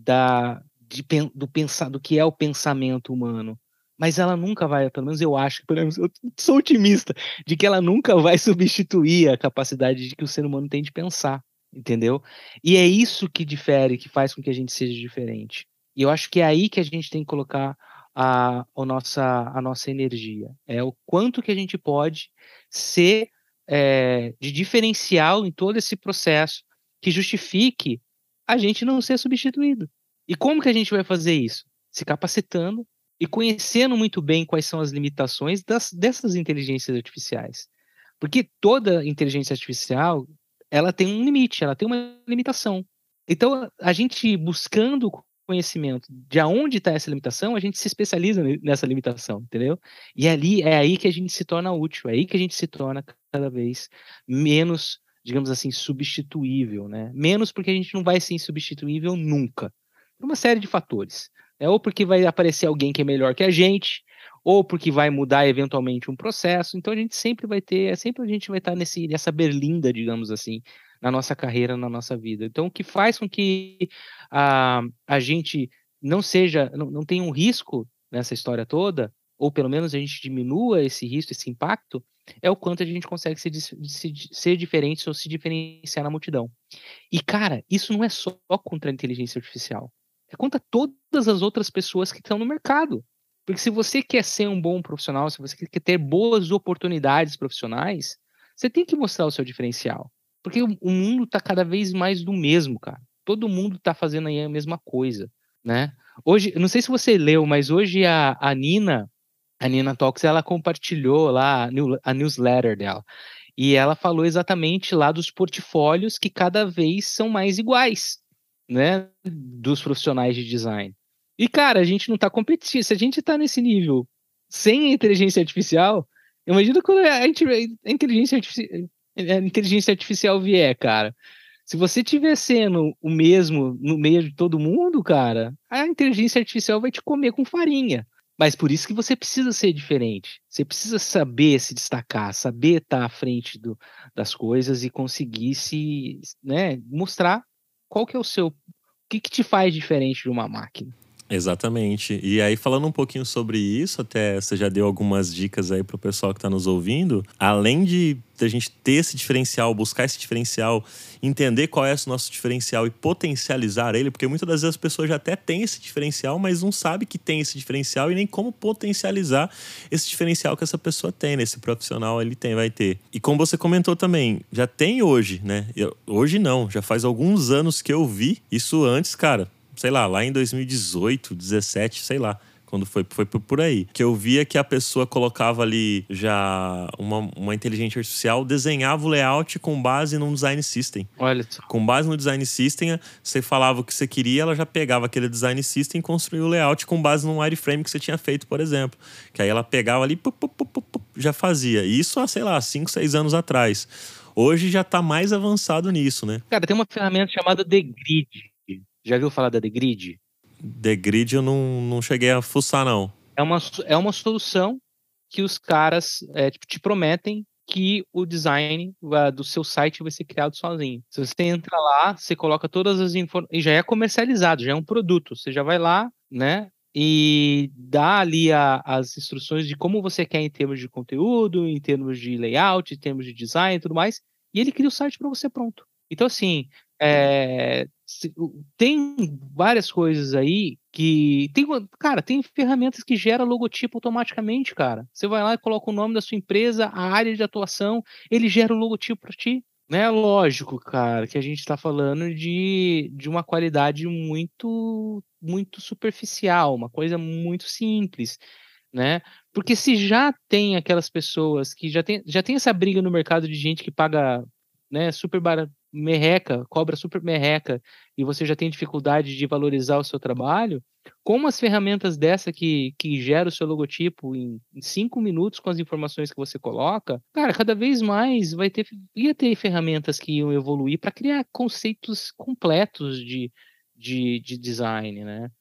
do que é o pensamento humano. Mas ela nunca vai, pelo menos eu acho, pelo menos eu sou otimista, de que ela nunca vai substituir a capacidade de que o ser humano tem de pensar, entendeu? E é isso que difere, que faz com que a gente seja diferente. E eu acho que é aí que a gente tem que colocar a nossa energia. É o quanto que a gente pode ser de diferencial em todo esse processo que justifique a gente não ser substituído. E como que a gente vai fazer isso? Se capacitando e conhecendo muito bem quais são as limitações dessas inteligências artificiais. Porque toda inteligência artificial, ela tem um limite, ela tem uma limitação. Então, a gente buscando conhecimento de aonde está essa limitação, a gente se especializa nessa limitação, entendeu? E é aí que a gente se torna útil, é aí que a gente se torna cada vez menos, digamos assim, substituível, né? Menos porque a gente não vai ser insubstituível nunca, por uma série de fatores. Ou porque vai aparecer alguém que é melhor que a gente, ou porque vai mudar eventualmente um processo. Então a gente sempre vai estar nessa berlinda, digamos assim, na nossa carreira, na nossa vida. Então o que faz com que a gente não tenha um risco nessa história toda, ou pelo menos a gente diminua esse risco, esse impacto, é o quanto a gente consegue ser diferente ou se diferenciar na multidão. E, cara, isso não é só contra a inteligência artificial. É contra todas as outras pessoas que estão no mercado. Porque se você quer ser um bom profissional, se você quer ter boas oportunidades profissionais, você tem que mostrar o seu diferencial. Porque o mundo está cada vez mais do mesmo, cara. Todo mundo está fazendo aí a mesma coisa, né? Hoje, não sei se você leu, mas hoje a Nina Talks, ela compartilhou lá a newsletter dela. E ela falou exatamente lá dos portfólios que cada vez são mais iguais, né? Dos profissionais de design. E, cara, a gente não está competindo. Se a gente está nesse nível sem inteligência artificial, imagina quando a inteligência artificial vier, cara. Se você estiver sendo o mesmo no meio de todo mundo, cara, a inteligência artificial vai te comer com farinha. Mas por isso que você precisa ser diferente. Você precisa saber se destacar, saber estar à frente das coisas e conseguir mostrar qual que é o que te faz diferente de uma máquina. Exatamente. E aí, falando um pouquinho sobre isso, até você já deu algumas dicas aí pro pessoal que está nos ouvindo. Além de a gente ter esse diferencial, buscar esse diferencial, entender qual é o nosso diferencial e potencializar ele, porque muitas das vezes as pessoas já até têm esse diferencial, mas não sabe que tem esse diferencial e nem como potencializar esse diferencial que essa pessoa tem, né? Esse profissional ele vai ter. E como você comentou também, já tem hoje, né? Hoje não, já faz alguns anos que eu vi isso antes, cara. Sei lá em 2018, 17, sei lá, quando foi por aí. Que eu via que a pessoa colocava ali já uma inteligência artificial, desenhava o layout com base num design system. Olha só. Com base no design system, você falava o que você queria, ela já pegava aquele design system e construía o layout com base num wireframe que você tinha feito, por exemplo. Que aí ela pegava ali, já fazia. Isso há, sei lá, 5, 6 anos atrás. Hoje já tá mais avançado nisso, né? Cara, tem uma ferramenta chamada The Grid. Já viu falar da The Grid? The Grid eu não cheguei a fuçar, não. É uma solução que os caras tipo, te prometem que o design do seu site vai ser criado sozinho. Se você entra lá, você coloca todas as informações, e já é comercializado, já é um produto. Você já vai lá, né? E dá ali as instruções de como você quer em termos de conteúdo, em termos de layout, em termos de design e tudo mais. E ele cria o site para você pronto. Então, assim, tem várias coisas aí que cara, tem ferramentas que geram logotipo automaticamente, cara. Você vai lá e coloca o nome da sua empresa, a área de atuação, ele gera o logotipo para ti. Né? Lógico, cara, que a gente está falando de uma qualidade muito superficial, uma coisa muito simples, né? Porque se já tem aquelas pessoas que já tem essa briga no mercado de gente que paga, né, super merreca, cobra super merreca, e você já tem dificuldade de valorizar o seu trabalho, com umas ferramentas dessa que gera o seu logotipo em 5 minutos com as informações que você coloca, cara, cada vez mais ia ter ferramentas que iam evoluir para criar conceitos completos de design, né?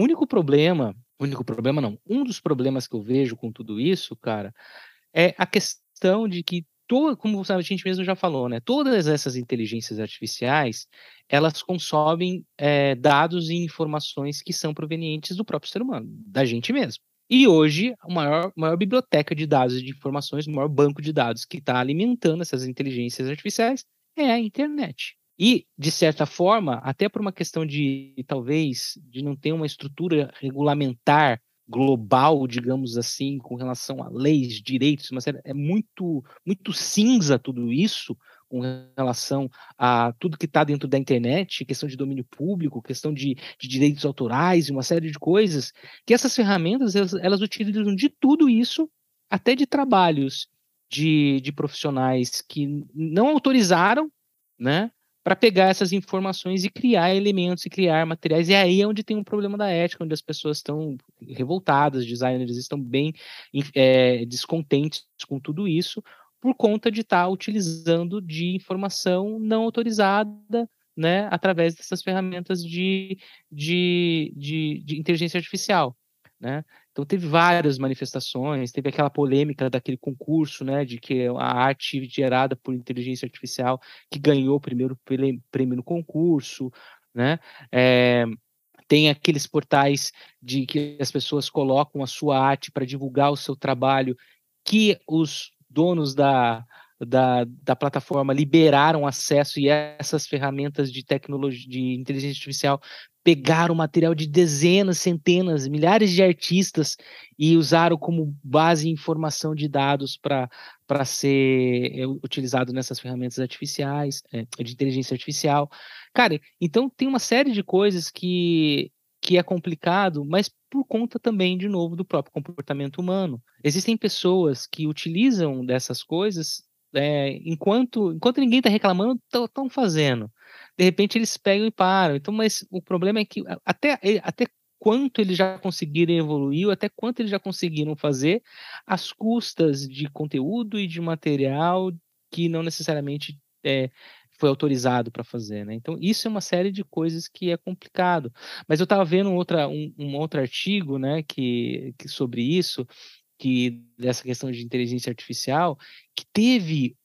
O único problema não. Um dos problemas que eu vejo com tudo isso, cara, é a questão de que como a gente mesmo já falou, né? Todas essas inteligências artificiais, elas consomem dados e informações que são provenientes do próprio ser humano, da gente mesmo. E hoje, a maior biblioteca de dados e de informações, o maior banco de dados que está alimentando essas inteligências artificiais é a internet. E, de certa forma, até por uma questão talvez, de não ter uma estrutura regulamentar global, digamos assim, com relação a leis, direitos, é muito cinza tudo isso com relação a tudo que está dentro da internet, questão de domínio público, questão de direitos autorais e uma série de coisas, que essas ferramentas, elas utilizam de tudo isso, até de trabalhos de profissionais que não autorizaram, né? Para pegar essas informações e criar elementos e criar materiais. E aí é onde tem um problema da ética, onde as pessoas estão revoltadas, designers estão bem descontentes com tudo isso, por conta de estar utilizando de informação não autorizada, né, através dessas ferramentas de inteligência artificial, né? Então teve várias manifestações, teve aquela polêmica daquele concurso, né, de que a arte gerada por inteligência artificial que ganhou o primeiro prêmio no concurso, né? Tem aqueles portais de que as pessoas colocam a sua arte para divulgar o seu trabalho, que os donos da plataforma liberaram acesso e essas ferramentas de tecnologia, de inteligência artificial, pegaram material de dezenas, centenas, milhares de artistas e usaram como base informação de dados para ser utilizado nessas ferramentas artificiais, de inteligência artificial. Cara, então tem uma série de coisas que é complicado, mas por conta também, de novo, do próprio comportamento humano. Existem pessoas que utilizam dessas coisas enquanto ninguém está reclamando, estão fazendo. De repente eles pegam e param. Então, mas o problema é que até quanto eles já conseguiram evoluir, até quanto eles já conseguiram fazer, às custas de conteúdo e de material que não necessariamente foi autorizado para fazer, né? Então, isso é uma série de coisas que é complicado. Mas eu estava vendo um outro artigo, né, que sobre isso, dessa questão de inteligência artificial, que teve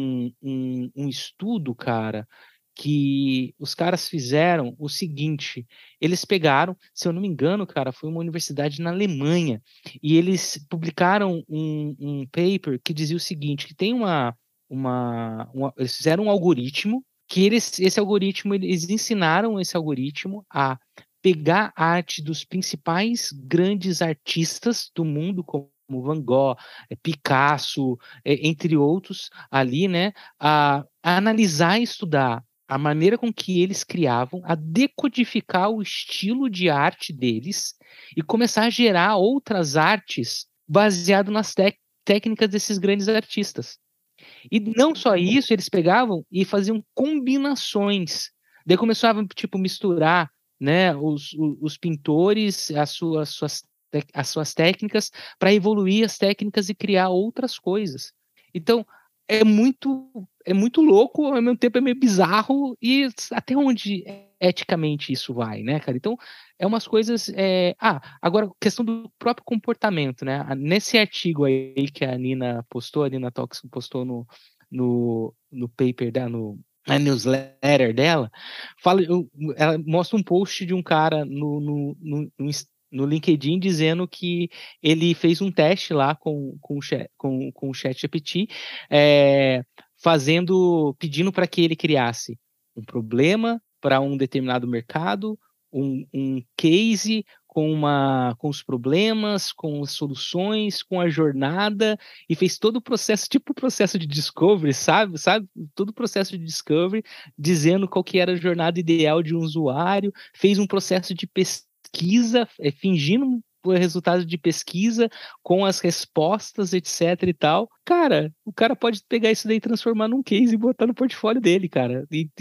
um estudo, cara, que os caras fizeram o seguinte: eles pegaram, se eu não me engano, cara, foi uma universidade na Alemanha, e eles publicaram um paper que dizia o seguinte, que tem eles fizeram um algoritmo, que esse algoritmo, eles ensinaram esse algoritmo a pegar a arte dos principais grandes artistas do mundo, como Van Gogh, Picasso, entre outros ali, né, a analisar e estudar a maneira com que eles criavam, a decodificar o estilo de arte deles e começar a gerar outras artes baseado nas técnicas desses grandes artistas. E não só isso, eles pegavam e faziam combinações. Daí começavam, tipo, misturar, né, os pintores, as suas técnicas, para evoluir as técnicas e criar outras coisas. Então, é muito louco, ao mesmo tempo é meio bizarro, e até onde eticamente isso vai, né, cara? Então, é umas coisas. Agora, questão do próprio comportamento, né? Nesse artigo aí que a Nina postou, a Nina Tox postou no paper dela, na newsletter dela, ela mostra um post de um cara no LinkedIn dizendo que ele fez um teste lá com o ChatGPT, pedindo para que ele criasse um problema para um determinado mercado, um case com os problemas, com as soluções, com a jornada, e fez todo o processo, tipo o processo de discovery, sabe? Todo o processo de discovery, dizendo qual que era a jornada ideal de um usuário, fez um processo de pesquisa, fingindo resultados de pesquisa com as respostas, etc e tal. Cara, o cara pode pegar isso daí, transformar num case e botar no portfólio dele, cara.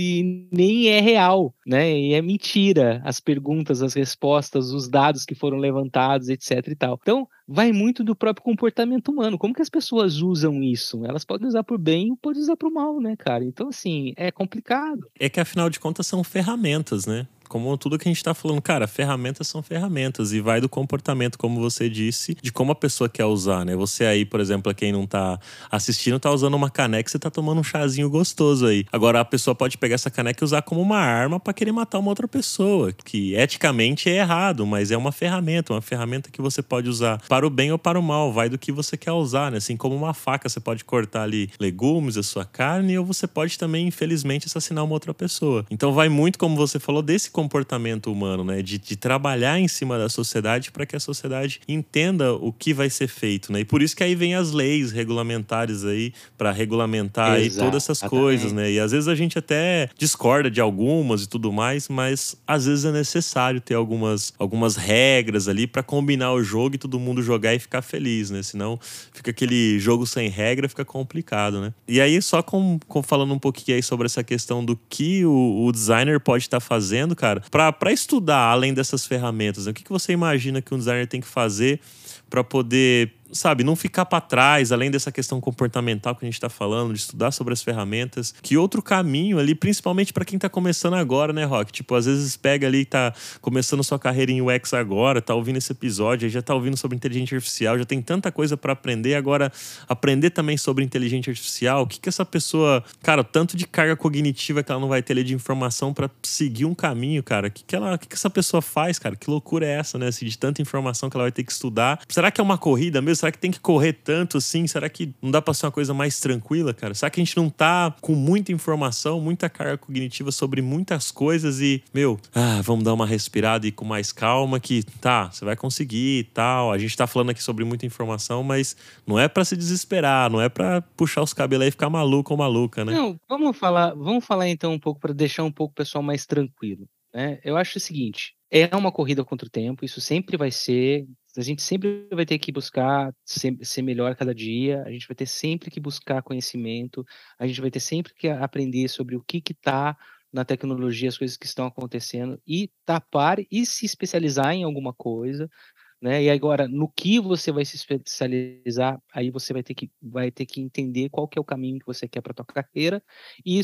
E nem é real, né? E é mentira as perguntas, as respostas, os dados que foram levantados, etc e tal. Então, vai muito do próprio comportamento humano. Como que as pessoas usam isso? Elas podem usar pro bem ou podem usar pro mal, né, cara? Então, assim, é complicado. É que afinal de contas são ferramentas, né? Como tudo que a gente tá falando, cara, ferramentas são ferramentas e vai do comportamento, como você disse, de como a pessoa quer usar, né? Você aí, por exemplo, quem não tá assistindo, tá usando uma caneca e você tá tomando um chazinho gostoso aí. Agora, a pessoa pode pegar essa caneca e usar como uma arma pra querer matar uma outra pessoa, que eticamente é errado, mas é uma ferramenta que você pode usar para o bem ou para o mal, vai do que você quer usar, né? Assim como uma faca, você pode cortar ali legumes, a sua carne, ou você pode também, infelizmente, assassinar uma outra pessoa. Então vai muito, como você falou, desse comportamento humano, né? De trabalhar em cima da sociedade para que a sociedade entenda o que vai ser feito, né? E por isso que aí vem as leis regulamentares aí para regulamentar aí todas essas coisas, né? E às vezes a gente até discorda de algumas e tudo mais, mas às vezes é necessário ter algumas regras ali para combinar o jogo e todo mundo jogar e ficar feliz, né? Senão fica aquele jogo sem regra, fica complicado, né? E aí só falando um pouquinho aí sobre essa questão do que o designer pode estar fazendo, cara, para estudar além dessas ferramentas, né? O que você imagina que um designer tem que fazer para poder, sabe, não ficar para trás, além dessa questão comportamental que a gente tá falando, de estudar sobre as ferramentas? Que outro caminho ali, principalmente para quem tá começando agora, né, Rock? Tipo, às vezes pega ali e tá começando sua carreira em UX agora, tá ouvindo esse episódio, já tá ouvindo sobre inteligência artificial, já tem tanta coisa para aprender, agora aprender também sobre inteligência artificial, o que essa pessoa, cara, tanto de carga cognitiva que ela não vai ter ali de informação para seguir um caminho, cara, o que essa pessoa faz, cara? Que loucura é essa, né? Assim, de tanta informação que ela vai ter que estudar. Será que é uma corrida mesmo? Será que tem que correr tanto assim? Será que não dá pra ser uma coisa mais tranquila, cara? Será que a gente não tá com muita informação, muita carga cognitiva sobre muitas coisas e, vamos dar uma respirada e ir com mais calma que, tá, você vai conseguir e tal. A gente tá falando aqui sobre muita informação, mas não é pra se desesperar, não é pra puxar os cabelos aí e ficar maluco ou maluca, né? Não, vamos falar então um pouco para deixar um pouco o pessoal mais tranquilo, né? Eu acho o seguinte, é uma corrida contra o tempo, isso sempre vai ser. A gente sempre vai ter que buscar ser melhor cada dia, a gente vai ter sempre que buscar conhecimento, a gente vai ter sempre que aprender sobre o que está na tecnologia, as coisas que estão acontecendo, e tapar e se especializar em alguma coisa, né? E agora, no que você vai se especializar, aí você vai ter que entender qual que é o caminho que você quer para tua carreira, e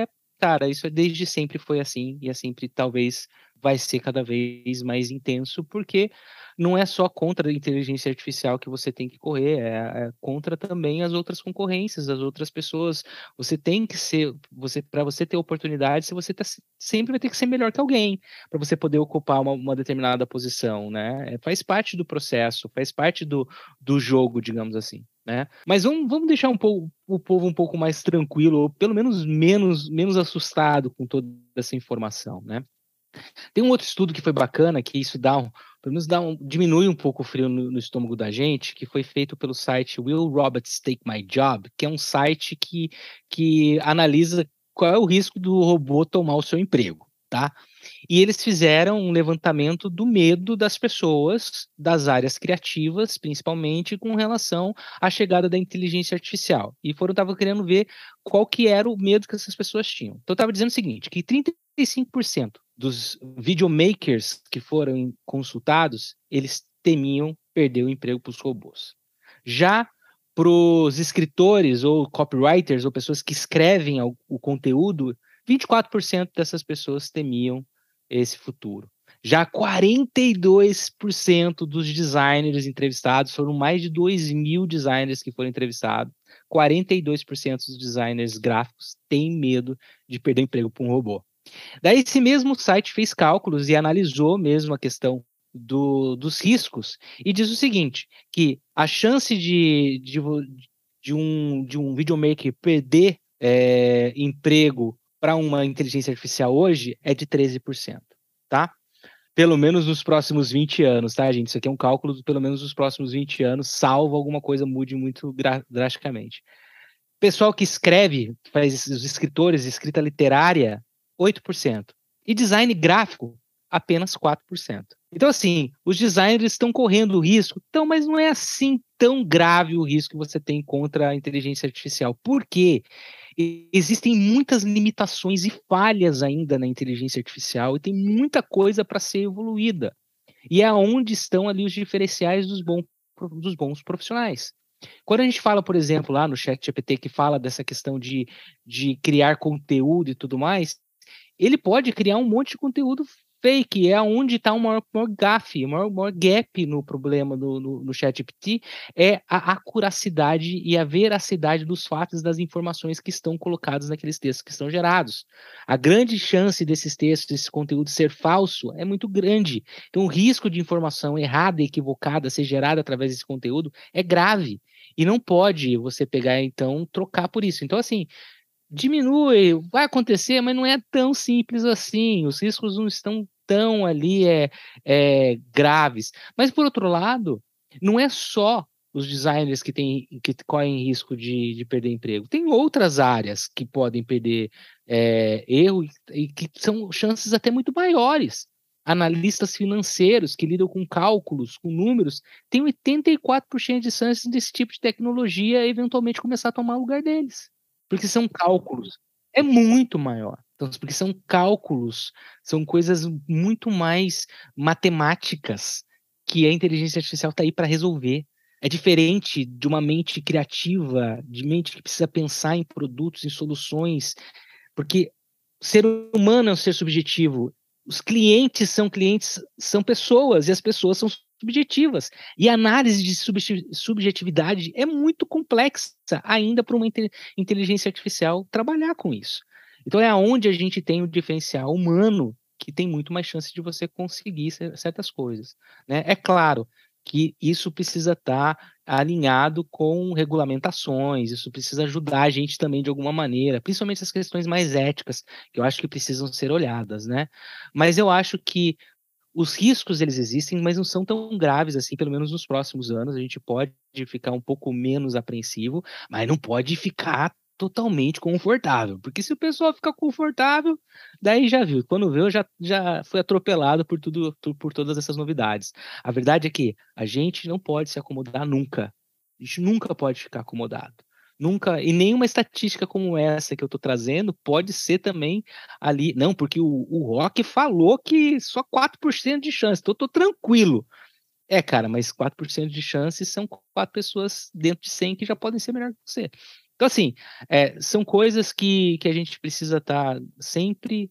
isso desde sempre foi assim, e é sempre, talvez, vai ser cada vez mais intenso, porque não é só contra a inteligência artificial que você tem que correr, é contra também as outras concorrências, as outras pessoas. Você tem que ser, para você ter oportunidade, sempre vai ter que ser melhor que alguém, para você poder ocupar uma determinada posição, né? Faz parte do processo, faz parte do jogo, digamos assim. Né? Mas vamos deixar o povo um pouco mais tranquilo, ou pelo menos menos assustado com toda essa informação, né? Tem um outro estudo que foi bacana, que isso pelo menos diminui um pouco o frio no estômago da gente, que foi feito pelo site Will Robots Take My Job, que é um site que analisa qual é o risco do robô tomar o seu emprego, tá? E eles fizeram um levantamento do medo das pessoas, das áreas criativas, principalmente com relação à chegada da inteligência artificial. E estavam querendo ver qual que era o medo que essas pessoas tinham. Então, estava dizendo o seguinte, que 35% dos videomakers que foram consultados, eles temiam perder o emprego para os robôs. Já para os escritores ou copywriters ou pessoas que escrevem o conteúdo, 24% dessas pessoas temiam esse futuro. Já 42% dos designers entrevistados, foram mais de 2.000 designers que foram entrevistados, 42% dos designers gráficos têm medo de perder o emprego para um robô. Daí esse mesmo site fez cálculos e analisou mesmo a questão dos riscos e diz o seguinte, que a chance de um videomaker perder emprego para uma inteligência artificial hoje é de 13%, tá? Pelo menos nos próximos 20 anos, tá, gente? Isso aqui é um cálculo de pelo menos nos próximos 20 anos, salvo alguma coisa mude muito drasticamente. Pessoal que escreve, faz os escritores, escrita literária, 8%. E design gráfico, apenas 4%. Então, assim, os designers estão correndo o risco, então, mas não é assim tão grave o risco que você tem contra a inteligência artificial. Por quê? Existem muitas limitações e falhas ainda na inteligência artificial e tem muita coisa para ser evoluída. E é onde estão ali os diferenciais dos bons profissionais. Quando a gente fala, por exemplo, lá no ChatGPT, que fala dessa questão de criar conteúdo e tudo mais, ele pode criar um monte de conteúdo fake, é onde está o maior gafe, o maior gap no problema no ChatGPT, é a acuracidade e a veracidade dos fatos e das informações que estão colocadas naqueles textos que estão gerados. A grande chance desses textos, desse conteúdo ser falso é muito grande. Então, o risco de informação errada e equivocada ser gerada através desse conteúdo é grave. E não pode você pegar, então, trocar por isso. Então, assim, diminui, vai acontecer, mas não é tão simples assim. Os riscos não estão tão ali graves. Mas, por outro lado, não é só os designers que correm risco de perder emprego. Tem outras áreas que podem perder erro e que são chances até muito maiores. Analistas financeiros que lidam com cálculos, com números, têm 84% de chances desse tipo de tecnologia eventualmente começar a tomar o lugar deles. Porque são cálculos. É muito maior. Então, porque são cálculos, são coisas muito mais matemáticas que a inteligência artificial está aí para resolver. É diferente de uma mente criativa, de mente que precisa pensar em produtos, em soluções, porque o ser humano é um ser subjetivo. Os clientes, são pessoas, e as pessoas são subjetivas. E a análise de subjetividade é muito complexa ainda para uma inteligência artificial trabalhar com isso. Então é onde a gente tem o diferencial humano que tem muito mais chance de você conseguir certas coisas, né? É claro que isso precisa estar alinhado com regulamentações, isso precisa ajudar a gente também de alguma maneira, principalmente as questões mais éticas, que eu acho que precisam ser olhadas, né? Mas eu acho que os riscos, eles existem, mas não são tão graves assim, pelo menos nos próximos anos. A gente pode ficar um pouco menos apreensivo, mas não pode ficar totalmente confortável. Porque se o pessoal ficar confortável, daí já viu. Quando vê, já foi atropelado por todas essas novidades. A verdade é que a gente não pode se acomodar nunca. A gente nunca pode ficar acomodado. Nunca, e nenhuma estatística como essa que eu estou trazendo pode ser também ali. Não, porque o Rock falou que só 4% de chance, então eu tô tranquilo. Cara, mas 4% de chance são 4 pessoas dentro de 100 que já podem ser melhor que você. Então, assim, são coisas que a gente precisa estar sempre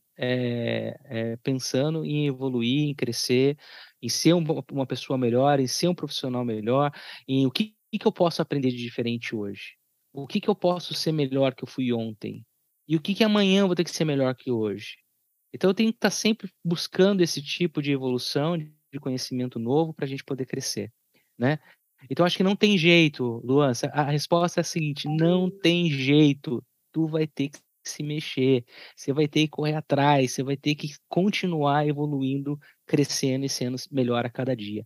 pensando em evoluir, em crescer, em ser uma pessoa melhor, em ser um profissional melhor, em o que eu posso aprender de diferente hoje. O que eu posso ser melhor que eu fui ontem? E o que amanhã eu vou ter que ser melhor que hoje? Então eu tenho que estar sempre buscando esse tipo de evolução, de conhecimento novo para a gente poder crescer, né? Então acho que não tem jeito, Luan. A resposta é a seguinte: não tem jeito. Tu vai ter que se mexer, você vai ter que correr atrás, você vai ter que continuar evoluindo, crescendo e sendo melhor a cada dia.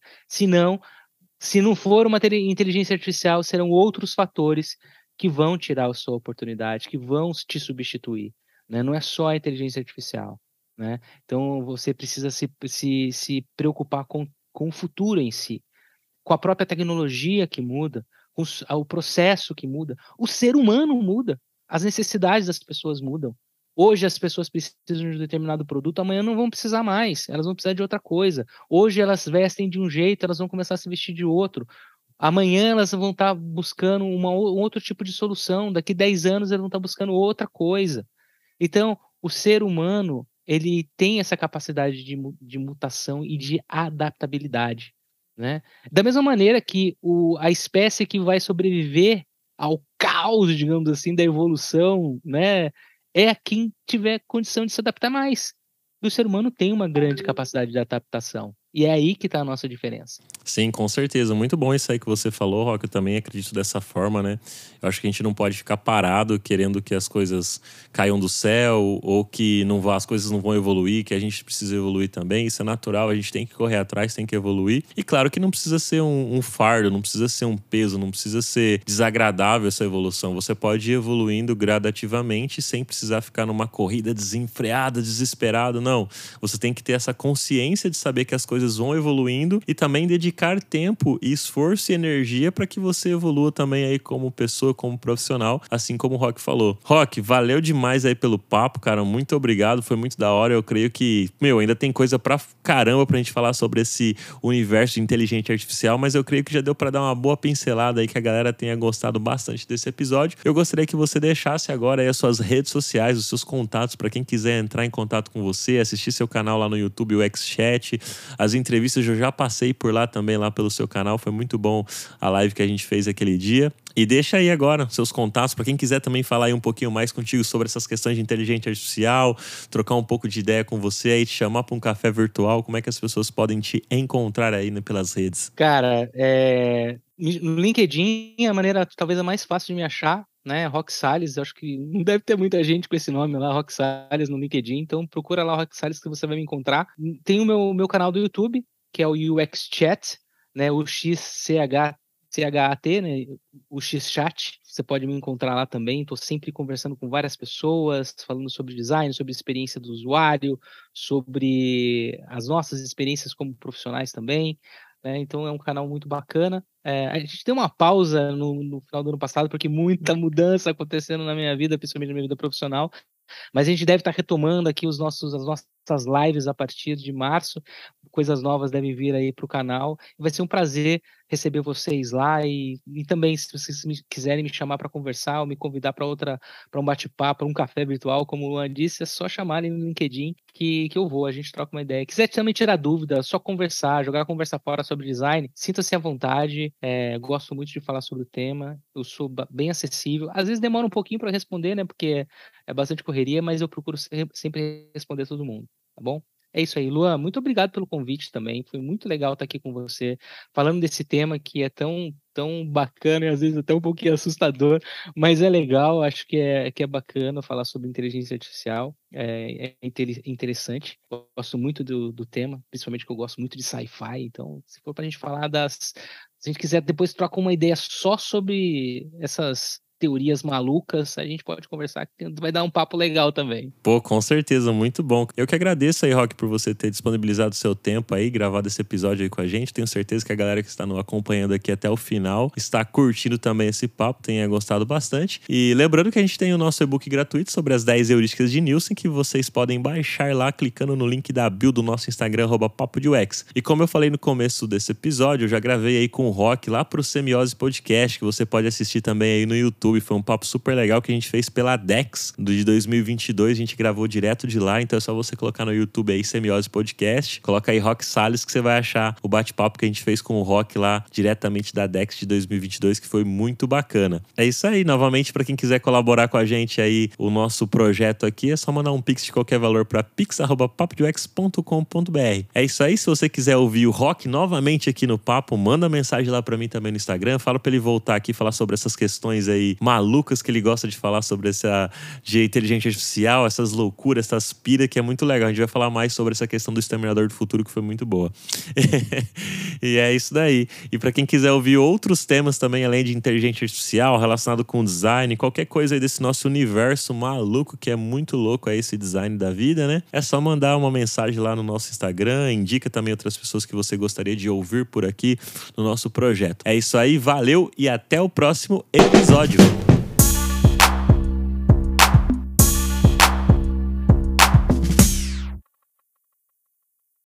Se não for uma inteligência artificial, serão outros fatores que vão tirar a sua oportunidade, que vão te substituir, né? Não é só a inteligência artificial, né? Então você precisa se preocupar com o futuro em si, com a própria tecnologia que muda, com o processo que muda, o ser humano muda, as necessidades das pessoas mudam. Hoje as pessoas precisam de um determinado produto, amanhã não vão precisar mais, elas vão precisar de outra coisa. Hoje elas vestem de um jeito, elas vão começar a se vestir de outro. Amanhã elas vão estar buscando um outro tipo de solução, daqui 10 anos elas vão estar buscando outra coisa. Então, o ser humano, ele tem essa capacidade de mutação e de adaptabilidade, né? Da mesma maneira que a espécie que vai sobreviver ao caos, digamos assim, da evolução, né, é quem tiver condição de se adaptar mais. O ser humano tem uma grande capacidade de adaptação. E é aí que está a nossa diferença. Sim, com certeza. Muito bom isso aí que você falou, Rock. Eu também acredito dessa forma, né? Eu acho que a gente não pode ficar parado querendo que as coisas caiam do céu ou que as coisas não vão evoluir, que a gente precisa evoluir também. Isso é natural, a gente tem que correr atrás, tem que evoluir. E claro que não precisa ser um fardo, não precisa ser um peso, não precisa ser desagradável essa evolução. Você pode ir evoluindo gradativamente sem precisar ficar numa corrida desenfreada, desesperado. Não. Você tem que ter essa consciência de saber que as coisas vão evoluindo e também dedicar tempo, esforço e energia para que você evolua também aí como pessoa, como profissional, assim como o Rock falou. Rock, valeu demais aí pelo papo, cara, muito obrigado, foi muito da hora. Eu creio que, ainda tem coisa pra caramba pra gente falar sobre esse universo de inteligência artificial, mas eu creio que já deu pra dar uma boa pincelada aí, que a galera tenha gostado bastante desse episódio. Eu gostaria que você deixasse agora aí as suas redes sociais, os seus contatos, para quem quiser entrar em contato com você, assistir seu canal lá no YouTube, o XChat. As entrevistas eu já passei por lá também, lá pelo seu canal. Foi muito bom a live que a gente fez aquele dia. E deixa aí agora seus contatos para quem quiser também falar aí um pouquinho mais contigo sobre essas questões de inteligência artificial, trocar um pouco de ideia com você aí, te chamar para um café virtual. Como é que as pessoas podem te encontrar aí, né, pelas redes? Cara, no LinkedIn é a maneira talvez a mais fácil de me achar, né? Rock Salles, acho que não deve ter muita gente com esse nome lá, Rock Salles no LinkedIn, então procura lá o Rock Salles que você vai me encontrar. Tem o meu canal do YouTube, que é o UX Chat, né? O XCHAT, né? O XChat, você pode me encontrar lá também. Estou sempre conversando com várias pessoas, falando sobre design, sobre experiência do usuário, sobre as nossas experiências como profissionais também. Então é um canal muito bacana. A gente deu uma pausa no final do ano passado, porque muita mudança acontecendo na minha vida, principalmente na minha vida profissional. Mas a gente deve estar retomando aqui as nossas lives a partir de março. Coisas novas devem vir aí para o canal. Vai ser um prazer receber vocês lá e também, se vocês quiserem me chamar para conversar ou me convidar para um bate-papo, para um café virtual, como o Luan disse, é só chamarem no LinkedIn que eu vou, a gente troca uma ideia. Quiser também tirar dúvida, só conversar, jogar a conversa fora sobre design, sinta-se à vontade. Gosto muito de falar sobre o tema, eu sou bem acessível. Às vezes demora um pouquinho para responder, né? Porque é bastante correria, mas eu procuro sempre responder todo mundo, tá bom? É isso aí, Luan, muito obrigado pelo convite também, foi muito legal estar aqui com você, falando desse tema que é tão bacana e às vezes até um pouquinho assustador, mas é legal, acho que é bacana falar sobre inteligência artificial, é interessante, gosto muito do tema, principalmente que eu gosto muito de sci-fi, então se for pra gente falar se a gente quiser depois trocar uma ideia só sobre essas teorias malucas, a gente pode conversar, que vai dar um papo legal também. Pô, com certeza, muito bom. Eu que agradeço aí, Rock, por você ter disponibilizado o seu tempo aí, gravado esse episódio aí com a gente. Tenho certeza que a galera que está nos acompanhando aqui até o final está curtindo também esse papo, tenha gostado bastante. E lembrando que a gente tem o nosso e-book gratuito sobre as 10 heurísticas de Nielsen, que vocês podem baixar lá, clicando no link da bio do nosso Instagram, @papodeUX. E como eu falei no começo desse episódio, eu já gravei aí com o Rock lá pro Semiose Podcast, que você pode assistir também aí no YouTube. Foi um papo super legal que a gente fez pela Dex de 2022, a gente gravou direto de lá, então é só você colocar no YouTube aí Semiose Podcast, coloca aí Rock Salles que você vai achar o bate-papo que a gente fez com o Rock lá diretamente da Dex de 2022, que foi muito bacana. É isso aí, novamente, para quem quiser colaborar com a gente aí, o nosso projeto aqui, é só mandar um pix de qualquer valor para pix@papodux.com.br. É isso aí, se você quiser ouvir o Rock novamente aqui no papo, manda mensagem lá para mim também no Instagram, fala para ele voltar aqui e falar sobre essas questões aí malucas que ele gosta de falar sobre essa de inteligência artificial, essas loucuras, essas piras, que é muito legal. A gente vai falar mais sobre essa questão do Exterminador do Futuro, que foi muito boa. E é isso daí. E para quem quiser ouvir outros temas também, além de inteligência artificial, relacionado com design, qualquer coisa aí desse nosso universo maluco, que é muito louco aí esse design da vida, né? É só mandar uma mensagem lá no nosso Instagram, indica também outras pessoas que você gostaria de ouvir por aqui no nosso projeto. É isso aí, valeu e até o próximo episódio.